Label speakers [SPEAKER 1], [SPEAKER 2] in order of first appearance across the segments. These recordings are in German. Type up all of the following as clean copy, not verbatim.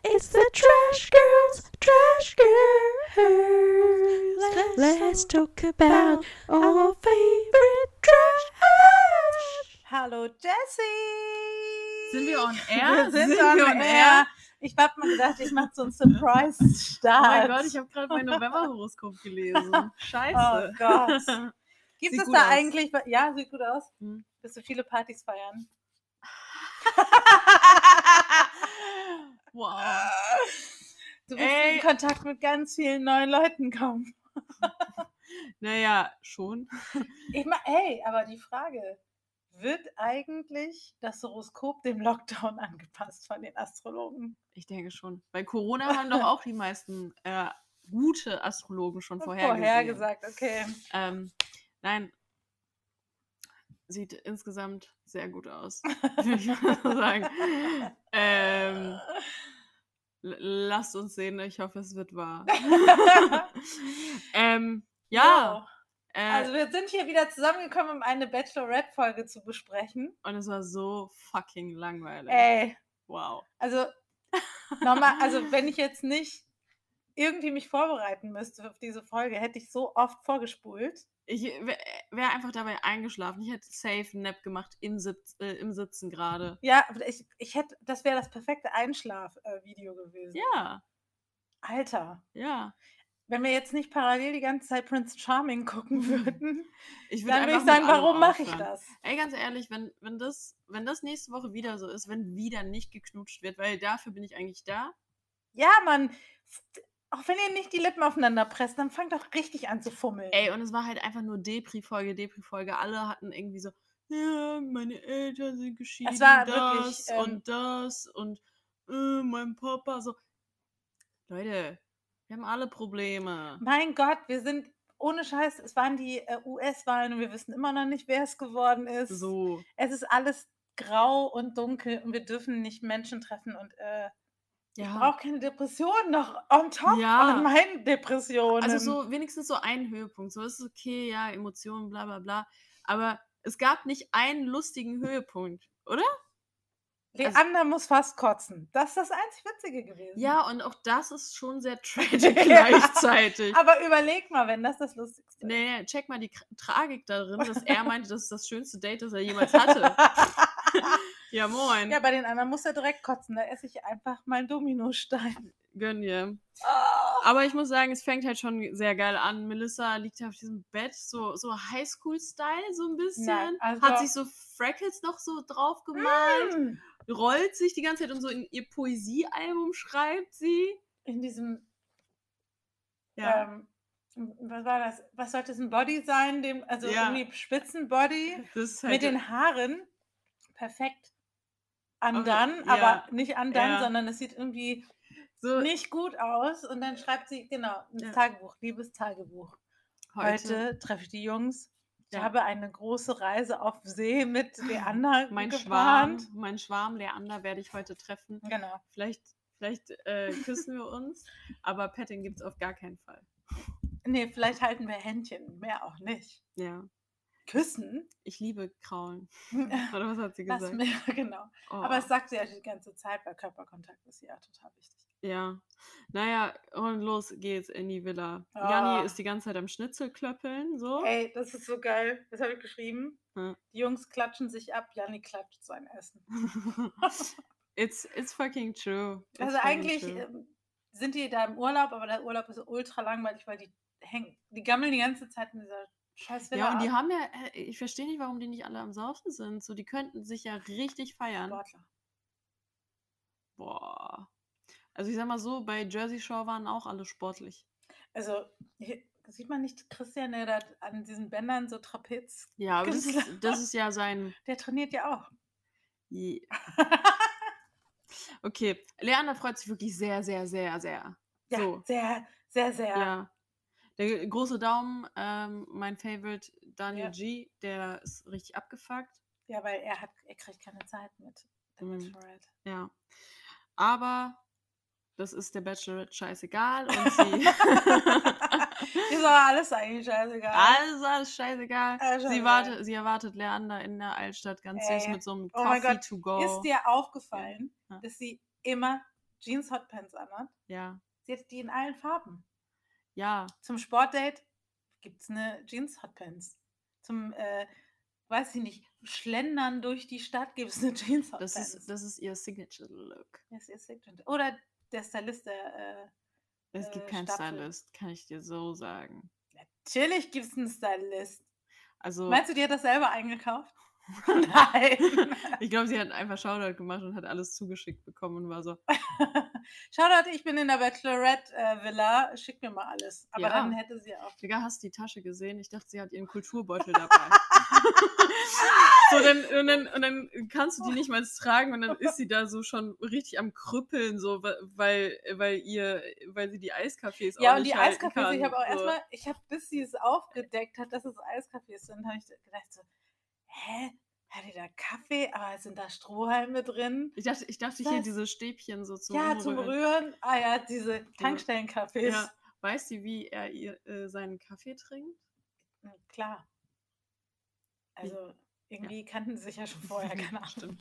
[SPEAKER 1] It's the Trash Girls, Trash Girls. Let's talk about our favorite trash.
[SPEAKER 2] Hallo Jessie!
[SPEAKER 1] Sind wir on air?
[SPEAKER 2] Wir sind on air. Ich hab mir gedacht, ich mache so einen Surprise-Start.
[SPEAKER 1] Oh mein Gott, ich habe gerade mein November-Horoskop gelesen. Scheiße.
[SPEAKER 2] Oh Gott. Gibt
[SPEAKER 1] Sieht
[SPEAKER 2] es
[SPEAKER 1] gut
[SPEAKER 2] da
[SPEAKER 1] aus.
[SPEAKER 2] eigentlich... Ja, sieht gut aus.
[SPEAKER 1] Hm.
[SPEAKER 2] Wirst du viele Partys feiern?
[SPEAKER 1] Wow.
[SPEAKER 2] Du wirst in Kontakt mit ganz vielen neuen Leuten kommen.
[SPEAKER 1] Naja, schon.
[SPEAKER 2] Aber die Frage, wird eigentlich das Horoskop dem Lockdown angepasst von den Astrologen?
[SPEAKER 1] Ich denke schon. Bei Corona haben doch auch die meisten gute Astrologen schon vorhergesagt.
[SPEAKER 2] Okay.
[SPEAKER 1] Nein. Sieht insgesamt sehr gut aus, würde ich mal sagen. Lasst uns sehen, ich hoffe, es wird wahr. Ja.
[SPEAKER 2] Also wir sind hier wieder zusammengekommen, um eine Bachelorette-Folge zu besprechen.
[SPEAKER 1] Und es war so fucking langweilig. Wow.
[SPEAKER 2] Also nochmal, wenn ich jetzt nicht irgendwie mich vorbereiten müsste auf diese Folge, hätte ich so oft vorgespult.
[SPEAKER 1] Ich wäre einfach dabei eingeschlafen. Ich hätte safe einen Nap gemacht im Sitzen gerade.
[SPEAKER 2] Ja, aber das wäre das perfekte Einschlaf-Video gewesen.
[SPEAKER 1] Ja.
[SPEAKER 2] Alter.
[SPEAKER 1] Ja.
[SPEAKER 2] Wenn wir jetzt nicht parallel die ganze Zeit Prince Charming gucken würden,
[SPEAKER 1] dann
[SPEAKER 2] würde ich sagen, warum mache ich das?
[SPEAKER 1] Ey, ganz ehrlich, wenn das nächste Woche wieder so ist, wenn wieder nicht geknutscht wird, weil dafür bin ich eigentlich da.
[SPEAKER 2] Ja, Mann. Auch wenn ihr nicht die Lippen aufeinander presst, dann fangt doch richtig an zu fummeln.
[SPEAKER 1] Ey, und es war halt einfach nur Depri-Folge. Alle hatten irgendwie so, ja, meine Eltern sind geschieden,
[SPEAKER 2] es war
[SPEAKER 1] das
[SPEAKER 2] wirklich,
[SPEAKER 1] und das und mein Papa so. Leute, wir haben alle Probleme.
[SPEAKER 2] Mein Gott, wir sind, ohne Scheiß, es waren die US-Wahlen und wir wissen immer noch nicht, wer es geworden ist.
[SPEAKER 1] So.
[SPEAKER 2] Es ist alles grau und dunkel und wir dürfen nicht Menschen treffen und ich brauche keine Depressionen noch on top an meinen Depressionen.
[SPEAKER 1] Also so wenigstens so einen Höhepunkt. So ist es okay, ja, Emotionen, bla bla bla. Aber es gab nicht einen lustigen Höhepunkt, oder?
[SPEAKER 2] Leander muss fast kotzen. Das ist das einzig Witzige gewesen.
[SPEAKER 1] Ja, und auch das ist schon sehr tragisch gleichzeitig.
[SPEAKER 2] Aber überleg mal, wenn das Lustigste ist.
[SPEAKER 1] Nee, check mal die Tragik darin, dass er meinte, das ist das schönste Date, das er jemals hatte. Ja, moin.
[SPEAKER 2] Ja, bei den anderen muss er direkt kotzen. Da esse ich einfach mal einen Dominostein.
[SPEAKER 1] Gönn dir. Aber ich muss sagen, es fängt halt schon sehr geil an. Melissa liegt ja auf diesem Bett, so Highschool-Style, so ein bisschen.
[SPEAKER 2] Nein, also
[SPEAKER 1] hat sich so Freckles noch so drauf gemalt. Rollt sich die ganze Zeit und so in ihr Poesiealbum schreibt sie.
[SPEAKER 2] In diesem, was war das? Was sollte es, ein Body sein? Irgendwie Spitzenbody
[SPEAKER 1] halt
[SPEAKER 2] mit den Haaren. Perfekt undone, aber nicht undone, sondern es sieht irgendwie so nicht gut aus. Und dann schreibt sie, ins Tagebuch, liebes Tagebuch. Heute treffe ich die Jungs. Ich habe eine große Reise auf See mit Leander geplant.
[SPEAKER 1] Mein Schwarm Leander werde ich heute treffen.
[SPEAKER 2] Genau.
[SPEAKER 1] Vielleicht küssen wir uns, aber Petting gibt es auf gar keinen Fall.
[SPEAKER 2] Nee, vielleicht halten wir Händchen, mehr auch nicht.
[SPEAKER 1] Ja.
[SPEAKER 2] Küssen?
[SPEAKER 1] Ich liebe Kraulen. Oder was hat sie gesagt?
[SPEAKER 2] Genau. Oh. Aber es sagt sie ja die ganze Zeit, weil Körperkontakt ist ja total wichtig.
[SPEAKER 1] Ja. Naja, und los geht's in die Villa. Janni ist die ganze Zeit am Schnitzelklöppeln, so.
[SPEAKER 2] Ey, das ist so geil. Das habe ich geschrieben.
[SPEAKER 1] Ja.
[SPEAKER 2] Die Jungs klatschen sich ab, Janni klatscht sein Essen.
[SPEAKER 1] It's fucking true.
[SPEAKER 2] Also eigentlich sind die da im Urlaub, aber der Urlaub ist ultra langweilig, weil die gammeln die ganze Zeit in dieser scheiß Villa.
[SPEAKER 1] Ja, und die haben ich verstehe nicht, warum die nicht alle am Saufen sind. So, die könnten sich ja richtig feiern.
[SPEAKER 2] Sportler.
[SPEAKER 1] Boah. Also ich sag mal so, bei Jersey Shore waren auch alle sportlich.
[SPEAKER 2] Also, hier sieht man nicht Christian, der da an diesen Bändern so Trapez.
[SPEAKER 1] Ja, aber das ist ja sein...
[SPEAKER 2] Der trainiert ja auch.
[SPEAKER 1] Yeah. Okay, Leander freut sich wirklich sehr, sehr, sehr, sehr.
[SPEAKER 2] Ja,
[SPEAKER 1] so.
[SPEAKER 2] sehr, sehr, sehr.
[SPEAKER 1] Ja. Der große Daumen, mein Favorite, Daniel G., der ist richtig abgefuckt.
[SPEAKER 2] Ja, weil er kriegt keine Zeit mit der Bachelorette.
[SPEAKER 1] Ja. Aber das ist der Bachelorette scheißegal und sie...
[SPEAKER 2] Ist aber alles eigentlich scheißegal.
[SPEAKER 1] Alles scheißegal. Sie erwartet Leander in der Altstadt ganz süß mit so einem Coffee to go.
[SPEAKER 2] Ist dir aufgefallen, dass sie immer Jeans-Hotpants anhat.
[SPEAKER 1] Ja.
[SPEAKER 2] Sie hat die in allen Farben.
[SPEAKER 1] Ja.
[SPEAKER 2] Zum Sportdate gibt es eine Jeans-Hotpants. Zum, weiß ich nicht, Schlendern durch die Stadt gibt es eine Jeans-Hotpants.
[SPEAKER 1] Das ist ihr Signature-Look.
[SPEAKER 2] Das ist ihr Signature. Oder der Stylist der
[SPEAKER 1] Es gibt keinen Stylist, kann ich dir so sagen.
[SPEAKER 2] Natürlich gibt es einen Stylist.
[SPEAKER 1] Also,
[SPEAKER 2] meinst du, die hat das selber eingekauft? Nein.
[SPEAKER 1] Ich glaube, sie hat einfach Shoutout gemacht und hat alles zugeschickt bekommen und war so.
[SPEAKER 2] Shoutout, ich bin in der Bachelorette-Villa, schick mir mal alles. Aber dann hätte sie auch.
[SPEAKER 1] Digga, hast du die Tasche gesehen? Ich dachte, sie hat ihren Kulturbeutel dabei. So, und dann kannst du die nicht mal tragen und dann ist sie da so schon richtig am Krüppeln, so, weil sie die Eiskaffees
[SPEAKER 2] ja,
[SPEAKER 1] auch
[SPEAKER 2] und
[SPEAKER 1] nicht
[SPEAKER 2] die
[SPEAKER 1] halten
[SPEAKER 2] Eiskaffees,
[SPEAKER 1] kann.
[SPEAKER 2] ich habe auch erstmal, bis sie es aufgedeckt hat, dass es Eiskaffees sind, habe ich gedacht so, hä? Hat die da Kaffee? Aber sind da Strohhalme drin?
[SPEAKER 1] Ich dachte hier diese Stäbchen so zum
[SPEAKER 2] Rühren. Ja, zum Rühren. Ah ja, diese Tankstellenkaffees.
[SPEAKER 1] Ja. Weiß sie, wie er seinen Kaffee trinkt?
[SPEAKER 2] Klar. Also irgendwie kannten sie sich ja schon vorher, keine Ahnung.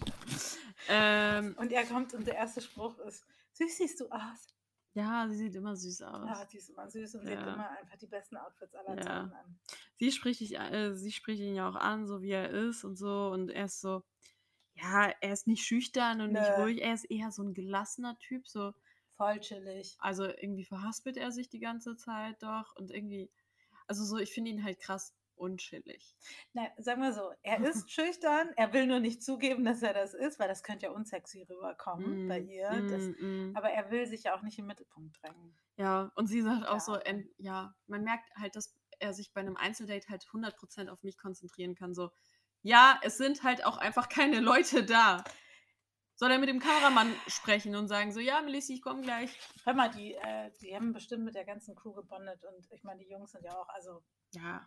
[SPEAKER 2] Und er kommt und der erste Spruch ist, süß siehst du aus.
[SPEAKER 1] Ja, sie sieht immer süß aus.
[SPEAKER 2] Ja, die ist immer süß und sie hat immer einfach die besten Outfits aller Zeiten an.
[SPEAKER 1] Sie spricht ihn ja auch an, so wie er ist und so. Und er ist so, ja, er ist nicht schüchtern und nicht ruhig. Er ist eher so ein gelassener Typ, so.
[SPEAKER 2] Voll chillig.
[SPEAKER 1] Also irgendwie verhaspelt er sich die ganze Zeit doch und irgendwie, also so, ich finde ihn halt krass unchillig.
[SPEAKER 2] Na, sagen wir so, er ist schüchtern, er will nur nicht zugeben, dass er das ist, weil das könnte ja unsexy rüberkommen bei ihr. Aber er will sich ja auch nicht im Mittelpunkt drängen.
[SPEAKER 1] Ja, und sie sagt auch so, man merkt halt, dass er sich bei einem Einzeldate halt 100% auf mich konzentrieren kann. So, ja, es sind halt auch einfach keine Leute da. Soll er mit dem Kameramann sprechen und sagen so, ja, Melissi, ich komme gleich.
[SPEAKER 2] Hör mal, die haben bestimmt mit der ganzen Crew gebondet und ich meine, die Jungs sind ja auch, also...
[SPEAKER 1] Ja.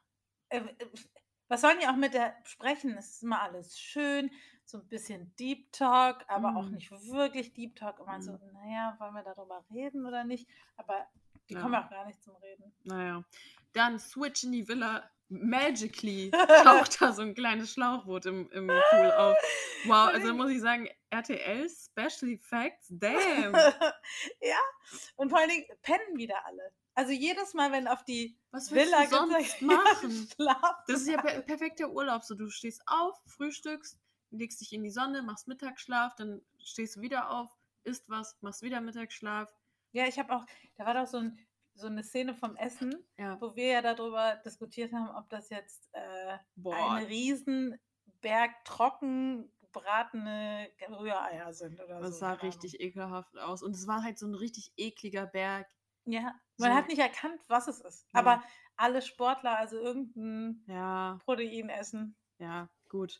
[SPEAKER 2] Was sollen die auch mit der sprechen? Es ist immer alles schön, so ein bisschen Deep Talk, aber auch nicht wirklich Deep Talk. Immer so, naja, wollen wir darüber reden oder nicht? Aber die kommen auch gar nicht zum Reden.
[SPEAKER 1] Naja, dann switch in die Villa. Magically taucht da so ein kleines Schlauchboot im Pool auf. Wow, also muss ich sagen, RTL Special Effects, damn.
[SPEAKER 2] Ja, und vor allen Dingen pennen wieder alle. Also jedes Mal, wenn auf die
[SPEAKER 1] Villa sonst machen? Das ist ja perfekter Urlaub. So, du stehst auf, frühstückst, legst dich in die Sonne, machst Mittagsschlaf, dann stehst du wieder auf, isst was, machst wieder Mittagsschlaf.
[SPEAKER 2] Ja, ich habe auch, da war doch so eine Szene vom Essen, wo wir ja darüber diskutiert haben, ob das jetzt ein Riesenberg trocken gebratene Rühreier sind oder so.
[SPEAKER 1] Das sah richtig ekelhaft aus. Und es war halt so ein richtig ekliger Berg.
[SPEAKER 2] Ja, man hat nicht erkannt, was es ist. Ja. Aber alle Sportler, also irgendein Protein essen.
[SPEAKER 1] Ja, gut.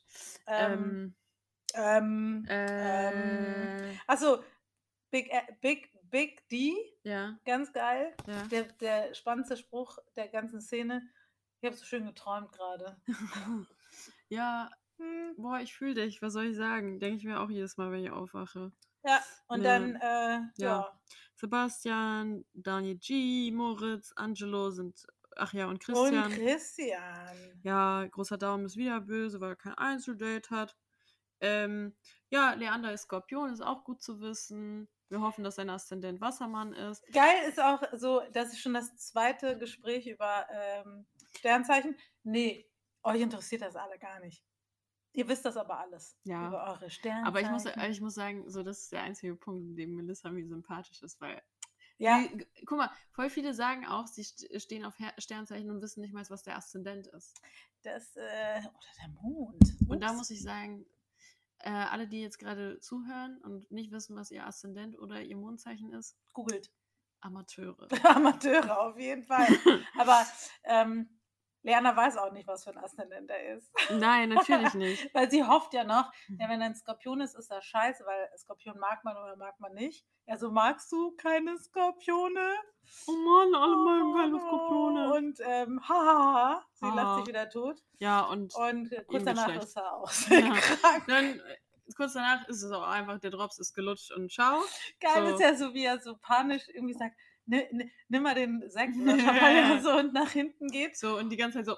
[SPEAKER 2] Achso, Big D.
[SPEAKER 1] Ja.
[SPEAKER 2] Ganz geil. Ja. Der spannendste Spruch der ganzen Szene. Ich habe so schön geträumt gerade.
[SPEAKER 1] Ja. Boah, ich fühle dich. Was soll ich sagen? Denke ich mir auch jedes Mal, wenn ich aufwache.
[SPEAKER 2] Ja, und dann,
[SPEAKER 1] Sebastian, Daniel G, Moritz, Angelo sind, und Christian.
[SPEAKER 2] Und Christian.
[SPEAKER 1] Ja, großer Daumen ist wieder böse, weil er kein Einzeldate hat. Leander ist Skorpion, ist auch gut zu wissen. Wir hoffen, dass sein Aszendent Wassermann ist.
[SPEAKER 2] Geil ist auch so, das ist schon das zweite Gespräch über Sternzeichen. Nee, euch interessiert das alle gar nicht. Ihr wisst das aber alles über eure Sternzeichen.
[SPEAKER 1] Aber ich muss sagen, so das ist der einzige Punkt, in dem Melissa mir sympathisch ist, weil guck mal, voll viele sagen auch, sie stehen auf Sternzeichen und wissen nicht mal, was der Aszendent ist.
[SPEAKER 2] Oder der Mond. Ups.
[SPEAKER 1] Und da muss ich sagen, alle, die jetzt gerade zuhören und nicht wissen, was ihr Aszendent oder ihr Mondzeichen ist,
[SPEAKER 2] googelt.
[SPEAKER 1] Amateure.
[SPEAKER 2] Amateure, auf jeden Fall. Aber Leana weiß auch nicht, was für ein Aszendent er ist.
[SPEAKER 1] Nein, natürlich nicht.
[SPEAKER 2] Weil sie hofft ja noch, wenn er ein Skorpion ist, ist das scheiße, weil Skorpion mag man oder mag man nicht. Also magst du keine Skorpione?
[SPEAKER 1] Oh Mann, alle mögen keine Skorpione.
[SPEAKER 2] Und sie lacht sich wieder tot.
[SPEAKER 1] Ja, und
[SPEAKER 2] kurz danach ist er auch
[SPEAKER 1] krank. Dann kurz danach ist es auch einfach, der Drops ist gelutscht und ciao.
[SPEAKER 2] Geil ist ja so, wie er so panisch irgendwie sagt, nimm mal den Sekt oder Champagner so und nach hinten geht.
[SPEAKER 1] So, und die ganze Zeit so.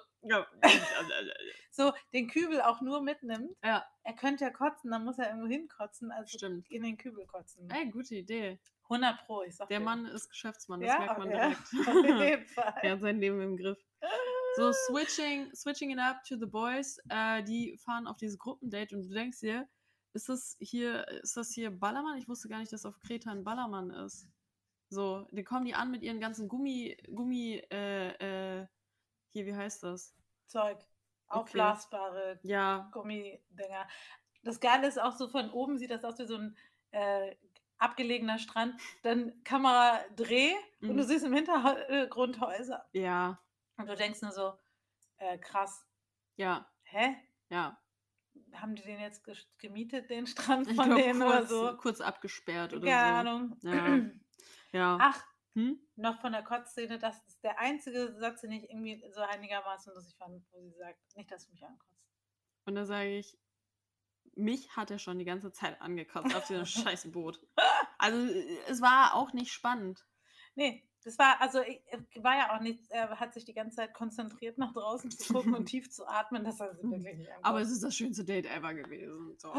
[SPEAKER 2] So, den Kübel auch nur mitnimmt.
[SPEAKER 1] Ja.
[SPEAKER 2] Er könnte ja kotzen, dann muss er irgendwo hinkotzen, also
[SPEAKER 1] Stimmt.
[SPEAKER 2] in den Kübel kotzen.
[SPEAKER 1] Ey, gute Idee.
[SPEAKER 2] 100%, ich sag
[SPEAKER 1] Der
[SPEAKER 2] dir.
[SPEAKER 1] Mann ist Geschäftsmann, das merkt man direkt.
[SPEAKER 2] Auf jeden Fall.
[SPEAKER 1] Er hat sein Leben im Griff. So, switching it up to the boys. Die fahren auf dieses Gruppendate und du denkst dir, ist das hier Ballermann? Ich wusste gar nicht, dass auf Kreta ein Ballermann ist. So, dann kommen die an mit ihren ganzen Gummi, hier, wie heißt das?
[SPEAKER 2] Zeug. Aufblasbare Gummidinger. Das Geile ist auch so, von oben sieht das aus wie so ein abgelegener Strand. Dann Kamera Dreh und du siehst im Hintergrund Häuser.
[SPEAKER 1] Ja.
[SPEAKER 2] Und du denkst nur so, krass.
[SPEAKER 1] Ja.
[SPEAKER 2] Hä?
[SPEAKER 1] Ja.
[SPEAKER 2] Haben die den jetzt gemietet, den Strand von denen oder so?
[SPEAKER 1] Kurz abgesperrt oder
[SPEAKER 2] Keine
[SPEAKER 1] so.
[SPEAKER 2] Ahnung.
[SPEAKER 1] Ja. Ja.
[SPEAKER 2] Ach, noch von der Kotzszene, das ist der einzige Satz, den ich irgendwie so einigermaßen lustig fand, wo sie sagt, nicht, dass du mich ankotzt.
[SPEAKER 1] Und da sage ich, mich hat er schon die ganze Zeit angekotzt auf diesem scheiß Boot. Also es war auch nicht spannend.
[SPEAKER 2] Nee, das war, also war ja auch nichts, er hat sich die ganze Zeit konzentriert, nach draußen zu gucken und tief zu atmen, das war wirklich nicht
[SPEAKER 1] Aber es ist das schönste Date ever gewesen. So.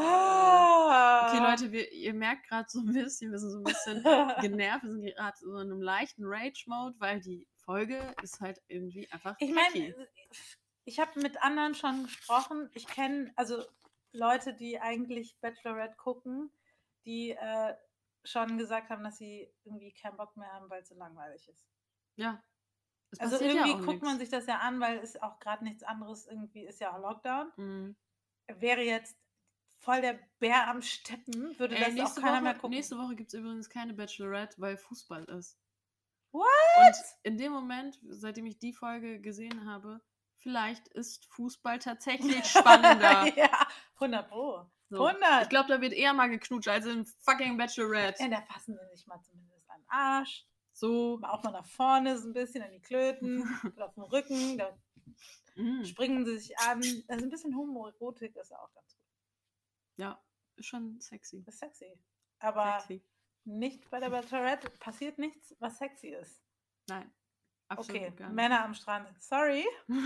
[SPEAKER 2] Ah.
[SPEAKER 1] Okay, Leute, ihr merkt gerade so ein bisschen, wir sind so ein bisschen genervt, wir sind gerade so in einem leichten Rage-Mode, weil die Folge ist halt irgendwie einfach
[SPEAKER 2] Ich meine, ich habe mit anderen schon gesprochen, ich kenne, also Leute, die eigentlich Bachelorette gucken, die schon gesagt haben, dass sie irgendwie keinen Bock mehr haben, weil es so langweilig ist.
[SPEAKER 1] Ja.
[SPEAKER 2] Also irgendwie guckt man sich das ja an, weil es auch gerade nichts anderes irgendwie ist, ja auch Lockdown. Wäre jetzt voll der Bär am Steppen, würde das auch keiner mehr gucken.
[SPEAKER 1] Nächste Woche gibt es übrigens keine Bachelorette, weil Fußball ist.
[SPEAKER 2] What?
[SPEAKER 1] Und in dem Moment, seitdem ich die Folge gesehen habe, vielleicht ist Fußball tatsächlich spannender.
[SPEAKER 2] Ja, 100%.
[SPEAKER 1] So. 100. Ich glaube, da wird eher mal geknutscht als in fucking Bachelorette.
[SPEAKER 2] Ja, da fassen sie sich mal zumindest an den Arsch.
[SPEAKER 1] So.
[SPEAKER 2] Auch mal nach vorne so ein bisschen an die Klöten, auf dem Rücken, da springen sie sich an. Also ein bisschen Homoerotik ist auch ganz gut.
[SPEAKER 1] Ja, ist schon sexy.
[SPEAKER 2] Ist sexy. Aber nicht bei der Bachelorette passiert nichts, was sexy ist.
[SPEAKER 1] Nein. Absolut
[SPEAKER 2] okay,
[SPEAKER 1] gar nicht.
[SPEAKER 2] Männer am Strand. Sorry.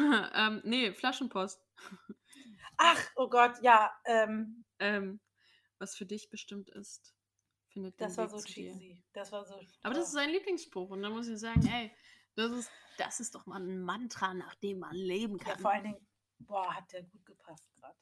[SPEAKER 1] Nee, Flaschenpost.
[SPEAKER 2] Ach, oh Gott, ja.
[SPEAKER 1] Was für dich bestimmt ist, findet
[SPEAKER 2] das war so cheesy. Das war so.
[SPEAKER 1] Aber das ist sein Lieblingsspruch. Und dann muss ich sagen, ey, das ist doch mal ein Mantra, nach dem man leben kann.
[SPEAKER 2] Ja, vor allen Dingen, hat der gut gepasst gerade.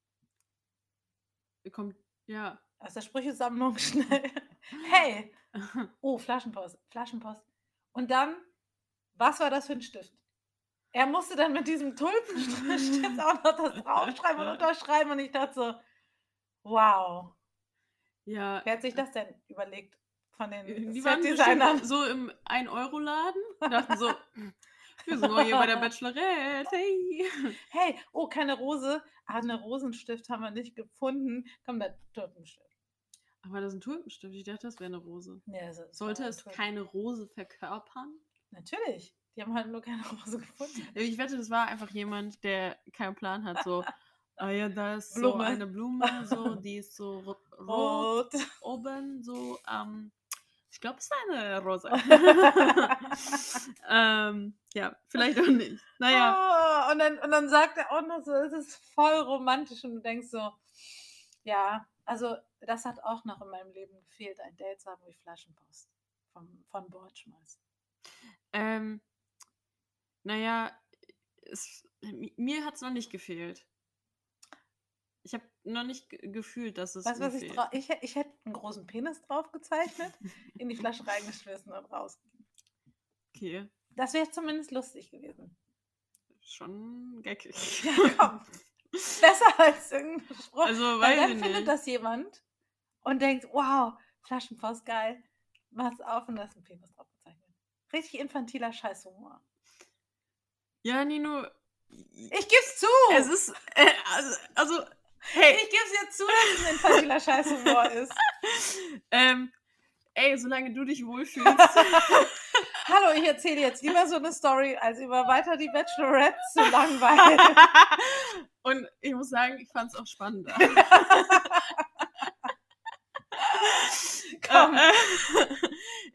[SPEAKER 1] Kommt, ja.
[SPEAKER 2] Aus der Sprüchesammlung schnell. Hey! Oh, Flaschenpost. Und dann, was war das für ein Stift? Er musste dann mit diesem Tulpenstift auch noch das draufschreiben und unterschreiben und ich dachte so, wow.
[SPEAKER 1] Ja.
[SPEAKER 2] Wer hat sich das denn überlegt von den
[SPEAKER 1] Die waren Set-Designern? So im 1-Euro-Laden und dachten so, wir sind nur hier bei der Bachelorette, hey.
[SPEAKER 2] Hey, oh, keine Rose. Einen Rosenstift haben wir nicht gefunden. Komm, der Tulpenstift.
[SPEAKER 1] Aber das ist ein Tulpenstift. Ich dachte, das wäre eine Rose.
[SPEAKER 2] Ja,
[SPEAKER 1] sollte es keine Rose verkörpern?
[SPEAKER 2] Natürlich. Die haben halt nur keine Rose gefunden.
[SPEAKER 1] Ich wette, das war einfach jemand, der keinen Plan hat. So, ja, da ist so eine Blume, so, die ist so rot oben, so, ich glaube, es ist eine Rose. Ja, vielleicht auch nicht. Naja.
[SPEAKER 2] Oh, und dann sagt er auch noch so, es ist voll romantisch und du denkst so, ja, also das hat auch noch in meinem Leben gefehlt, ein Date zu haben wie Flaschenpost von Bord schmeißen.
[SPEAKER 1] Naja, mir hat es noch nicht gefehlt. Ich habe noch nicht gefühlt, dass es
[SPEAKER 2] weißt, was ich hätte einen großen Penis drauf gezeichnet, in die Flasche reingeschmissen und rausgegeben.
[SPEAKER 1] Okay.
[SPEAKER 2] Das wäre zumindest lustig gewesen.
[SPEAKER 1] Schon geckig.
[SPEAKER 2] Ja, komm. Besser als irgendein Spruch.
[SPEAKER 1] Also,
[SPEAKER 2] weil dann findet das jemand und denkt, wow, Flaschenpost, geil. Mach's auf und da ist ein Penis drauf gezeichnet. Richtig infantiler Scheißhumor.
[SPEAKER 1] Ja, Nino.
[SPEAKER 2] Ich geb's zu!
[SPEAKER 1] Es ist, also, hey.
[SPEAKER 2] Ich geb's jetzt zu, dass es ein infantiler Scheißhumor ist.
[SPEAKER 1] Ey, solange du dich wohlfühlst.
[SPEAKER 2] Hallo, ich erzähle jetzt lieber so eine Story, als über weiter die Bachelorette zu langweilen.
[SPEAKER 1] Und ich muss sagen, ich fand's auch spannender.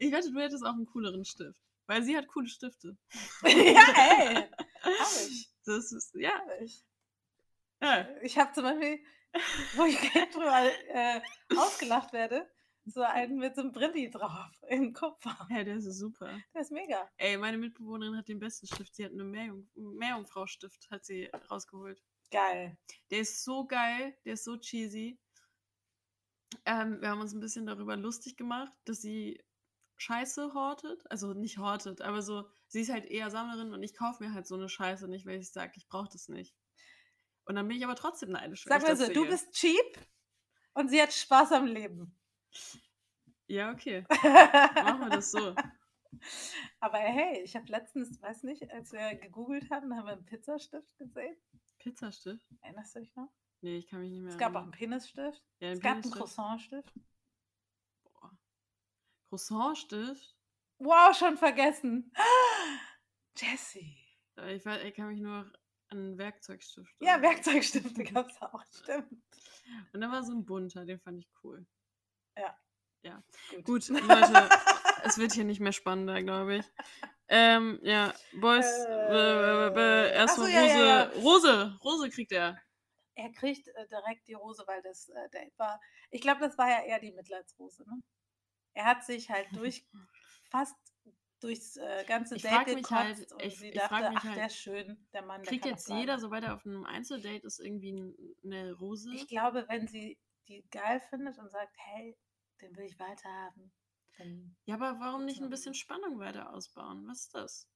[SPEAKER 1] Ich wette, du hättest auch einen cooleren Stift. Weil sie hat coole Stifte.
[SPEAKER 2] Ja, ey. Hab ich.
[SPEAKER 1] Das ist, ja.
[SPEAKER 2] Hab ich.
[SPEAKER 1] Ja.
[SPEAKER 2] Ich habe zum Beispiel, wo ich drüber ausgelacht werde, so einen mit so einem Brilli drauf, in Kupfer.
[SPEAKER 1] Ja, der ist super.
[SPEAKER 2] Der ist mega.
[SPEAKER 1] Ey, meine Mitbewohnerin hat den besten Stift. Sie hat einen Meerjungfrau-Stift, hat sie rausgeholt.
[SPEAKER 2] Geil.
[SPEAKER 1] Der ist so geil, der ist so cheesy. Wir haben uns ein bisschen darüber lustig gemacht, dass sie Scheiße hortet. Also nicht hortet, aber so, sie ist halt eher Sammlerin und ich kaufe mir halt so eine Scheiße nicht, weil ich sage, ich brauche das nicht. Und dann bin ich aber trotzdem neidisch.
[SPEAKER 2] Sag mal so, du bist cheap und sie hat Spaß am Leben.
[SPEAKER 1] Ja, okay. Machen wir das so.
[SPEAKER 2] Aber hey, ich habe letztens, weiß nicht, als wir gegoogelt haben, haben wir einen Pizzastift gesehen.
[SPEAKER 1] Pizzastift?
[SPEAKER 2] Erinnerst du dich noch?
[SPEAKER 1] Nee, ich kann mich nicht mehr
[SPEAKER 2] Es gab auch
[SPEAKER 1] erinnern.
[SPEAKER 2] einen Penisstift.
[SPEAKER 1] Ja,
[SPEAKER 2] es gab einen Croissantstift.
[SPEAKER 1] Boah. Croissantstift?
[SPEAKER 2] Wow, schon vergessen. Jessie.
[SPEAKER 1] Ich kann mich nur an einen Werkzeugstift.
[SPEAKER 2] Ja, Werkzeugstifte gab es auch, stimmt.
[SPEAKER 1] Und da war so ein bunter, den fand ich cool.
[SPEAKER 2] Ja.
[SPEAKER 1] Gut, Leute, es wird hier nicht mehr spannender, glaube ich. Ja, Boys, erstmal Rose. Rose kriegt er.
[SPEAKER 2] Er kriegt direkt die Rose, weil das Date war. Ich glaube, das war ja eher die Mitleidsrose, ne? Er hat sich halt fast durchs ganze Date gekotzt und sie dachte, ach, der ist schön, der Mann.
[SPEAKER 1] Kriegt jetzt jeder, sobald er auf einem Einzeldate ist, irgendwie eine Rose?
[SPEAKER 2] Ich glaube, wenn sie die geil findet und sagt, hey, den will ich weiter haben.
[SPEAKER 1] Ja, aber warum nicht ein bisschen Spannung weiter ausbauen? Was ist das?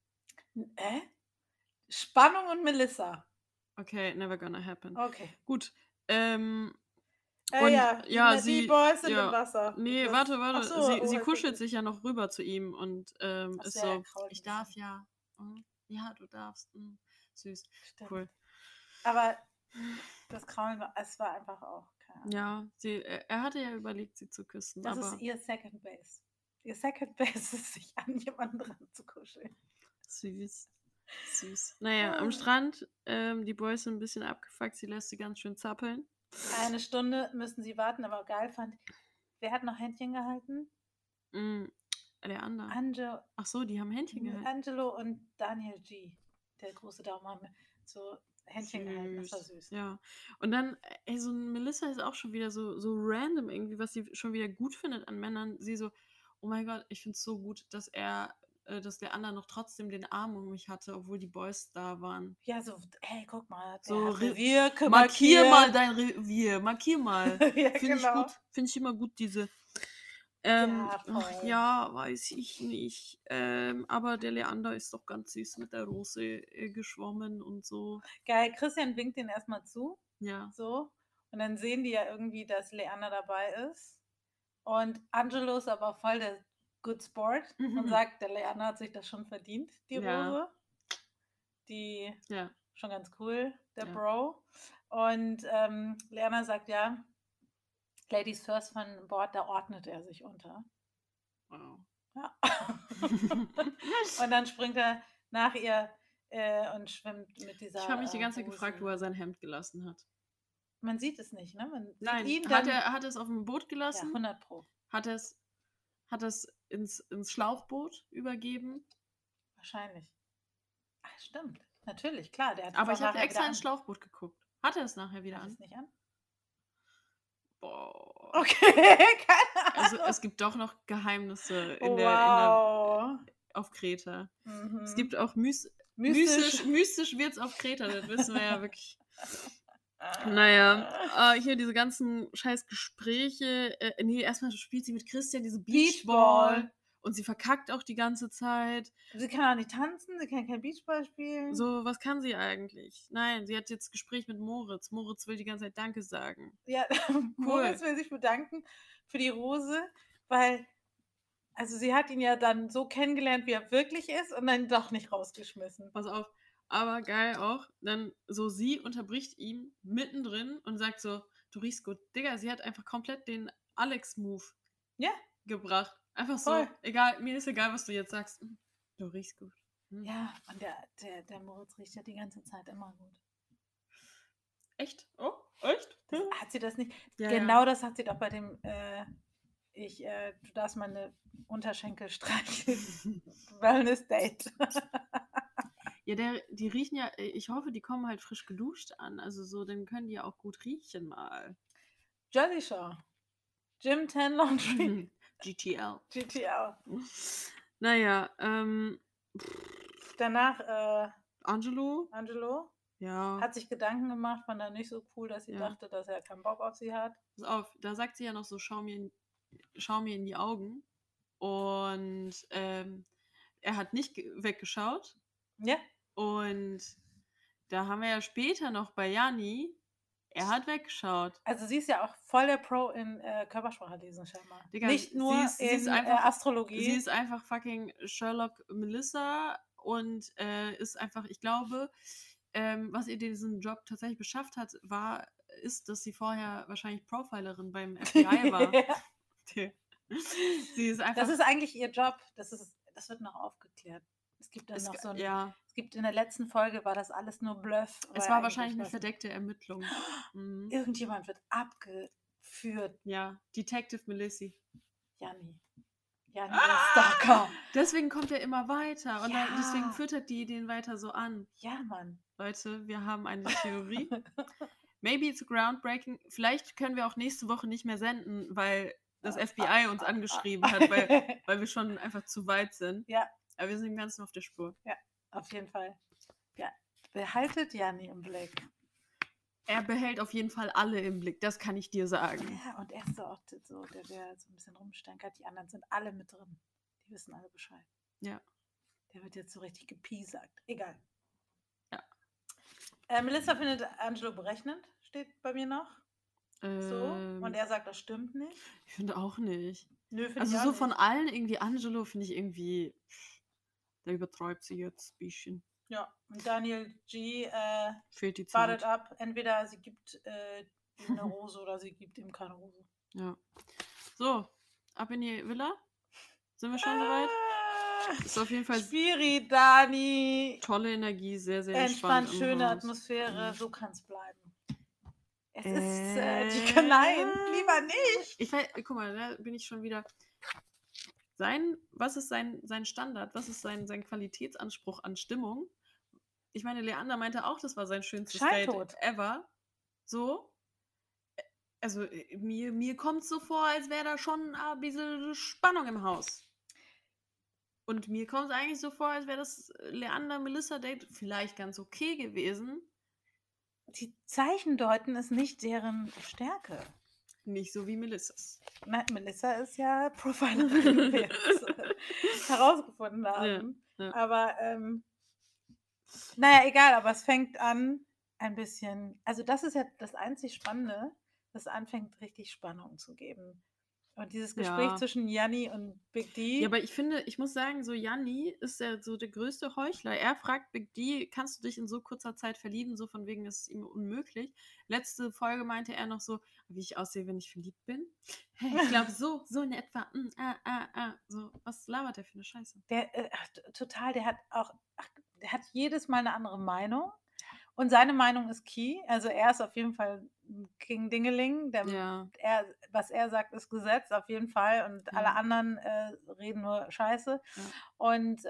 [SPEAKER 2] Spannung und Melissa.
[SPEAKER 1] Okay, never gonna happen.
[SPEAKER 2] Okay.
[SPEAKER 1] Gut.
[SPEAKER 2] Und die Boys sind im Wasser.
[SPEAKER 1] Nee, warte. So, sie kuschelt sich ja noch rüber zu ihm und ist so, ich darf ja. Ja, du darfst. Süß.
[SPEAKER 2] Stimmt.
[SPEAKER 1] Cool.
[SPEAKER 2] Aber das Kraulen es war einfach auch keine
[SPEAKER 1] Ahnung. Ja, er hatte ja überlegt, sie zu küssen.
[SPEAKER 2] Das ist ihr Second Base. Ihr Second Base ist, sich an jemanden dran zu kuscheln.
[SPEAKER 1] Süß. Naja, am Strand, die Boys sind ein bisschen abgefuckt, sie lässt sie ganz schön zappeln.
[SPEAKER 2] 1 Stunde müssen sie warten, aber geil fand. Wer hat noch Händchen gehalten?
[SPEAKER 1] Der andere. Ach so, die haben Händchen gehalten.
[SPEAKER 2] Angelo und Daniel G. Der große Daumen haben so Händchen gehalten. Das war süß.
[SPEAKER 1] Ja. Und dann, so Melissa ist auch schon wieder so random irgendwie, was sie schon wieder gut findet an Männern. Sie so, oh mein Gott, ich finde es so gut, dass der andere noch trotzdem den Arm um mich hatte, obwohl die Boys da waren.
[SPEAKER 2] Ja, so, hey, guck mal,
[SPEAKER 1] so
[SPEAKER 2] Revier,
[SPEAKER 1] markier mal dein Revier, markier mal.
[SPEAKER 2] Ja,
[SPEAKER 1] Finde ich gut, finde ich immer gut, diese weiß ich nicht. Aber der Leander ist doch ganz süß mit der Rose geschwommen und so.
[SPEAKER 2] Geil, Christian winkt den erstmal zu.
[SPEAKER 1] Ja.
[SPEAKER 2] So. Und dann sehen die ja irgendwie, dass Leander dabei ist. Und Angelo ist aber voll der Good Sport und sagt, der Leander hat sich das schon verdient, die Rose. Die schon ganz cool, der Bro. Und Leander sagt, ja, Ladies First von Bord, da ordnet er sich unter.
[SPEAKER 1] Wow.
[SPEAKER 2] Ja. Und dann springt er nach ihr und schwimmt mit dieser.
[SPEAKER 1] Ich habe mich die ganze Zeit gefragt, wo er sein Hemd gelassen hat.
[SPEAKER 2] Man sieht es nicht, ne? Man
[SPEAKER 1] Nein,
[SPEAKER 2] sieht ihn
[SPEAKER 1] hat er es auf dem Boot gelassen?
[SPEAKER 2] Ja, 100 Pro.
[SPEAKER 1] Hat er es ins Schlauchboot übergeben?
[SPEAKER 2] Wahrscheinlich. Ach, stimmt. Natürlich, klar.
[SPEAKER 1] Aber ich habe extra ins Schlauchboot geguckt. Hat er es nachher wieder
[SPEAKER 2] an? Nicht an?
[SPEAKER 1] Boah.
[SPEAKER 2] Okay, keine Ahnung.
[SPEAKER 1] Also es gibt doch noch Geheimnisse auf Kreta. Es gibt auch mystisch wird es auf Kreta, das wissen wir ja wirklich. Naja, hier diese ganzen scheiß Gespräche. Erstmal spielt sie mit Christian diese Beachball. Und sie verkackt auch die ganze Zeit.
[SPEAKER 2] Sie kann auch nicht tanzen, sie kann kein Beachball spielen.
[SPEAKER 1] So, was kann sie eigentlich? Nein, sie hat jetzt Gespräch mit Moritz. Moritz will die ganze Zeit Danke sagen.
[SPEAKER 2] Ja, cool. Moritz will sich bedanken für die Rose, weil, also sie hat ihn ja dann so kennengelernt, wie er wirklich ist und dann doch nicht rausgeschmissen.
[SPEAKER 1] Pass auf, aber geil auch, dann so sie unterbricht ihn mittendrin und sagt so, du riechst gut. Digga, sie hat einfach komplett den Alex-Move gebracht. Einfach so, egal, mir ist egal, was du jetzt sagst. Du riechst gut.
[SPEAKER 2] Ja, und der Moritz riecht ja die ganze Zeit immer gut.
[SPEAKER 1] Echt? Oh, echt?
[SPEAKER 2] Hat sie das nicht? Ja, genau das hat sie doch bei dem du darfst meine Unterschenkel streicheln. Wellness-Date.
[SPEAKER 1] Ja, die riechen ja, ich hoffe, die kommen halt frisch geduscht an. Also so, dann können die ja auch gut riechen mal.
[SPEAKER 2] Jersey Shore. Gym 10 Laundry.
[SPEAKER 1] GTL.
[SPEAKER 2] GTL.
[SPEAKER 1] Naja,
[SPEAKER 2] danach
[SPEAKER 1] Angelo.
[SPEAKER 2] Ja. Hat sich Gedanken gemacht, fand er nicht so cool, dass sie dachte, dass er keinen Bock auf sie hat.
[SPEAKER 1] Pass auf, da sagt sie ja noch so, schau mir in die Augen. Und er hat nicht weggeschaut.
[SPEAKER 2] Ja.
[SPEAKER 1] Und da haben wir ja später noch bei Janni, er hat weggeschaut.
[SPEAKER 2] Also sie ist ja auch voll der Pro in Körpersprache lesen, scheinbar.
[SPEAKER 1] Digga,
[SPEAKER 2] nicht nur
[SPEAKER 1] sie ist einfach,
[SPEAKER 2] Astrologie.
[SPEAKER 1] Sie ist einfach fucking Sherlock Melissa und ist einfach, ich glaube, was ihr diesen Job tatsächlich beschafft hat, ist, dass sie vorher wahrscheinlich Profilerin beim FBI war. Sie ist einfach.
[SPEAKER 2] Das ist eigentlich ihr Job. Das wird noch aufgeklärt. Es gibt dann noch so ein.
[SPEAKER 1] Ja.
[SPEAKER 2] Es gibt in der letzten Folge war das alles nur Bluff.
[SPEAKER 1] Es war wahrscheinlich eine verdeckte Ermittlung.
[SPEAKER 2] Irgendjemand wird abgeführt.
[SPEAKER 1] Ja, Detective Melissi.
[SPEAKER 2] Janni der Stalker.
[SPEAKER 1] Deswegen kommt er immer weiter und deswegen füttert die den weiter so an.
[SPEAKER 2] Ja, Mann.
[SPEAKER 1] Leute, wir haben eine Theorie. Maybe it's groundbreaking. Vielleicht können wir auch nächste Woche nicht mehr senden, weil das FBI uns angeschrieben hat, weil wir schon einfach zu weit sind.
[SPEAKER 2] Ja.
[SPEAKER 1] Aber wir sind im Ganzen auf der Spur.
[SPEAKER 2] Ja, auf jeden Fall. Ja, behaltet Janni im Blick.
[SPEAKER 1] Er behält auf jeden Fall alle im Blick, das kann ich dir sagen.
[SPEAKER 2] Ja, und er ist so auch so, der so ein bisschen rumstenkert. Die anderen sind alle mit drin. Die wissen alle Bescheid.
[SPEAKER 1] Ja.
[SPEAKER 2] Der wird jetzt so richtig gepiesackt. Egal.
[SPEAKER 1] Ja.
[SPEAKER 2] Melissa findet Angelo berechnend, steht bei mir noch. So. Und er sagt, das stimmt nicht.
[SPEAKER 1] Ich finde auch nicht.
[SPEAKER 2] Nö, finde
[SPEAKER 1] also
[SPEAKER 2] ich auch
[SPEAKER 1] so
[SPEAKER 2] nicht.
[SPEAKER 1] Von allen irgendwie Angelo finde ich irgendwie, der übertreibt sie jetzt ein bisschen.
[SPEAKER 2] Ja, und Daniel G.
[SPEAKER 1] fehlt die Zeit.
[SPEAKER 2] Wartet ab. Entweder sie gibt ihm eine Rose oder sie gibt ihm keine Rose.
[SPEAKER 1] Ja. So, ab in die Villa. Sind wir schon soweit? Ist auf jeden Fall
[SPEAKER 2] Spiri, Dani.
[SPEAKER 1] Tolle Energie, sehr, sehr
[SPEAKER 2] entspannt. Schöne Atmosphäre, so kann es bleiben. Es ist, nein, lieber nicht.
[SPEAKER 1] Ich weiß, guck mal, da bin ich schon wieder. Was ist sein Standard? Was ist sein Qualitätsanspruch an Stimmung? Ich meine, Leander meinte auch, das war sein schönstes Date ever. So. Also, mir kommt es so vor, als wäre da schon ein bisschen Spannung im Haus. Und mir kommt es eigentlich so vor, als wäre das Leander-Melissa-Date vielleicht ganz okay gewesen.
[SPEAKER 2] Die Zeichen deuten ist nicht deren Stärke.
[SPEAKER 1] Nicht so wie Melissas.
[SPEAKER 2] Nein, Melissa ist ja Profilerin, wie wir jetzt herausgefunden haben. Ja. Aber, naja, egal, aber es fängt an ein bisschen, also das ist ja das einzig Spannende, dass es anfängt, richtig Spannung zu geben. Und dieses Gespräch zwischen Janni und Big D.
[SPEAKER 1] Ja, aber ich muss sagen, so Janni ist ja so der größte Heuchler. Er fragt Big D, kannst du dich in so kurzer Zeit verlieben? So von wegen, ist es ihm unmöglich. Letzte Folge meinte er noch so, wie ich aussehe, wenn ich verliebt bin. Ich glaube, so in etwa. So, was labert der für eine Scheiße?
[SPEAKER 2] Total, der hat jedes Mal eine andere Meinung. Und seine Meinung ist key. Also er ist auf jeden Fall King Dingeling. Was er sagt, ist Gesetz, auf jeden Fall. Und alle anderen reden nur Scheiße. Ja. Und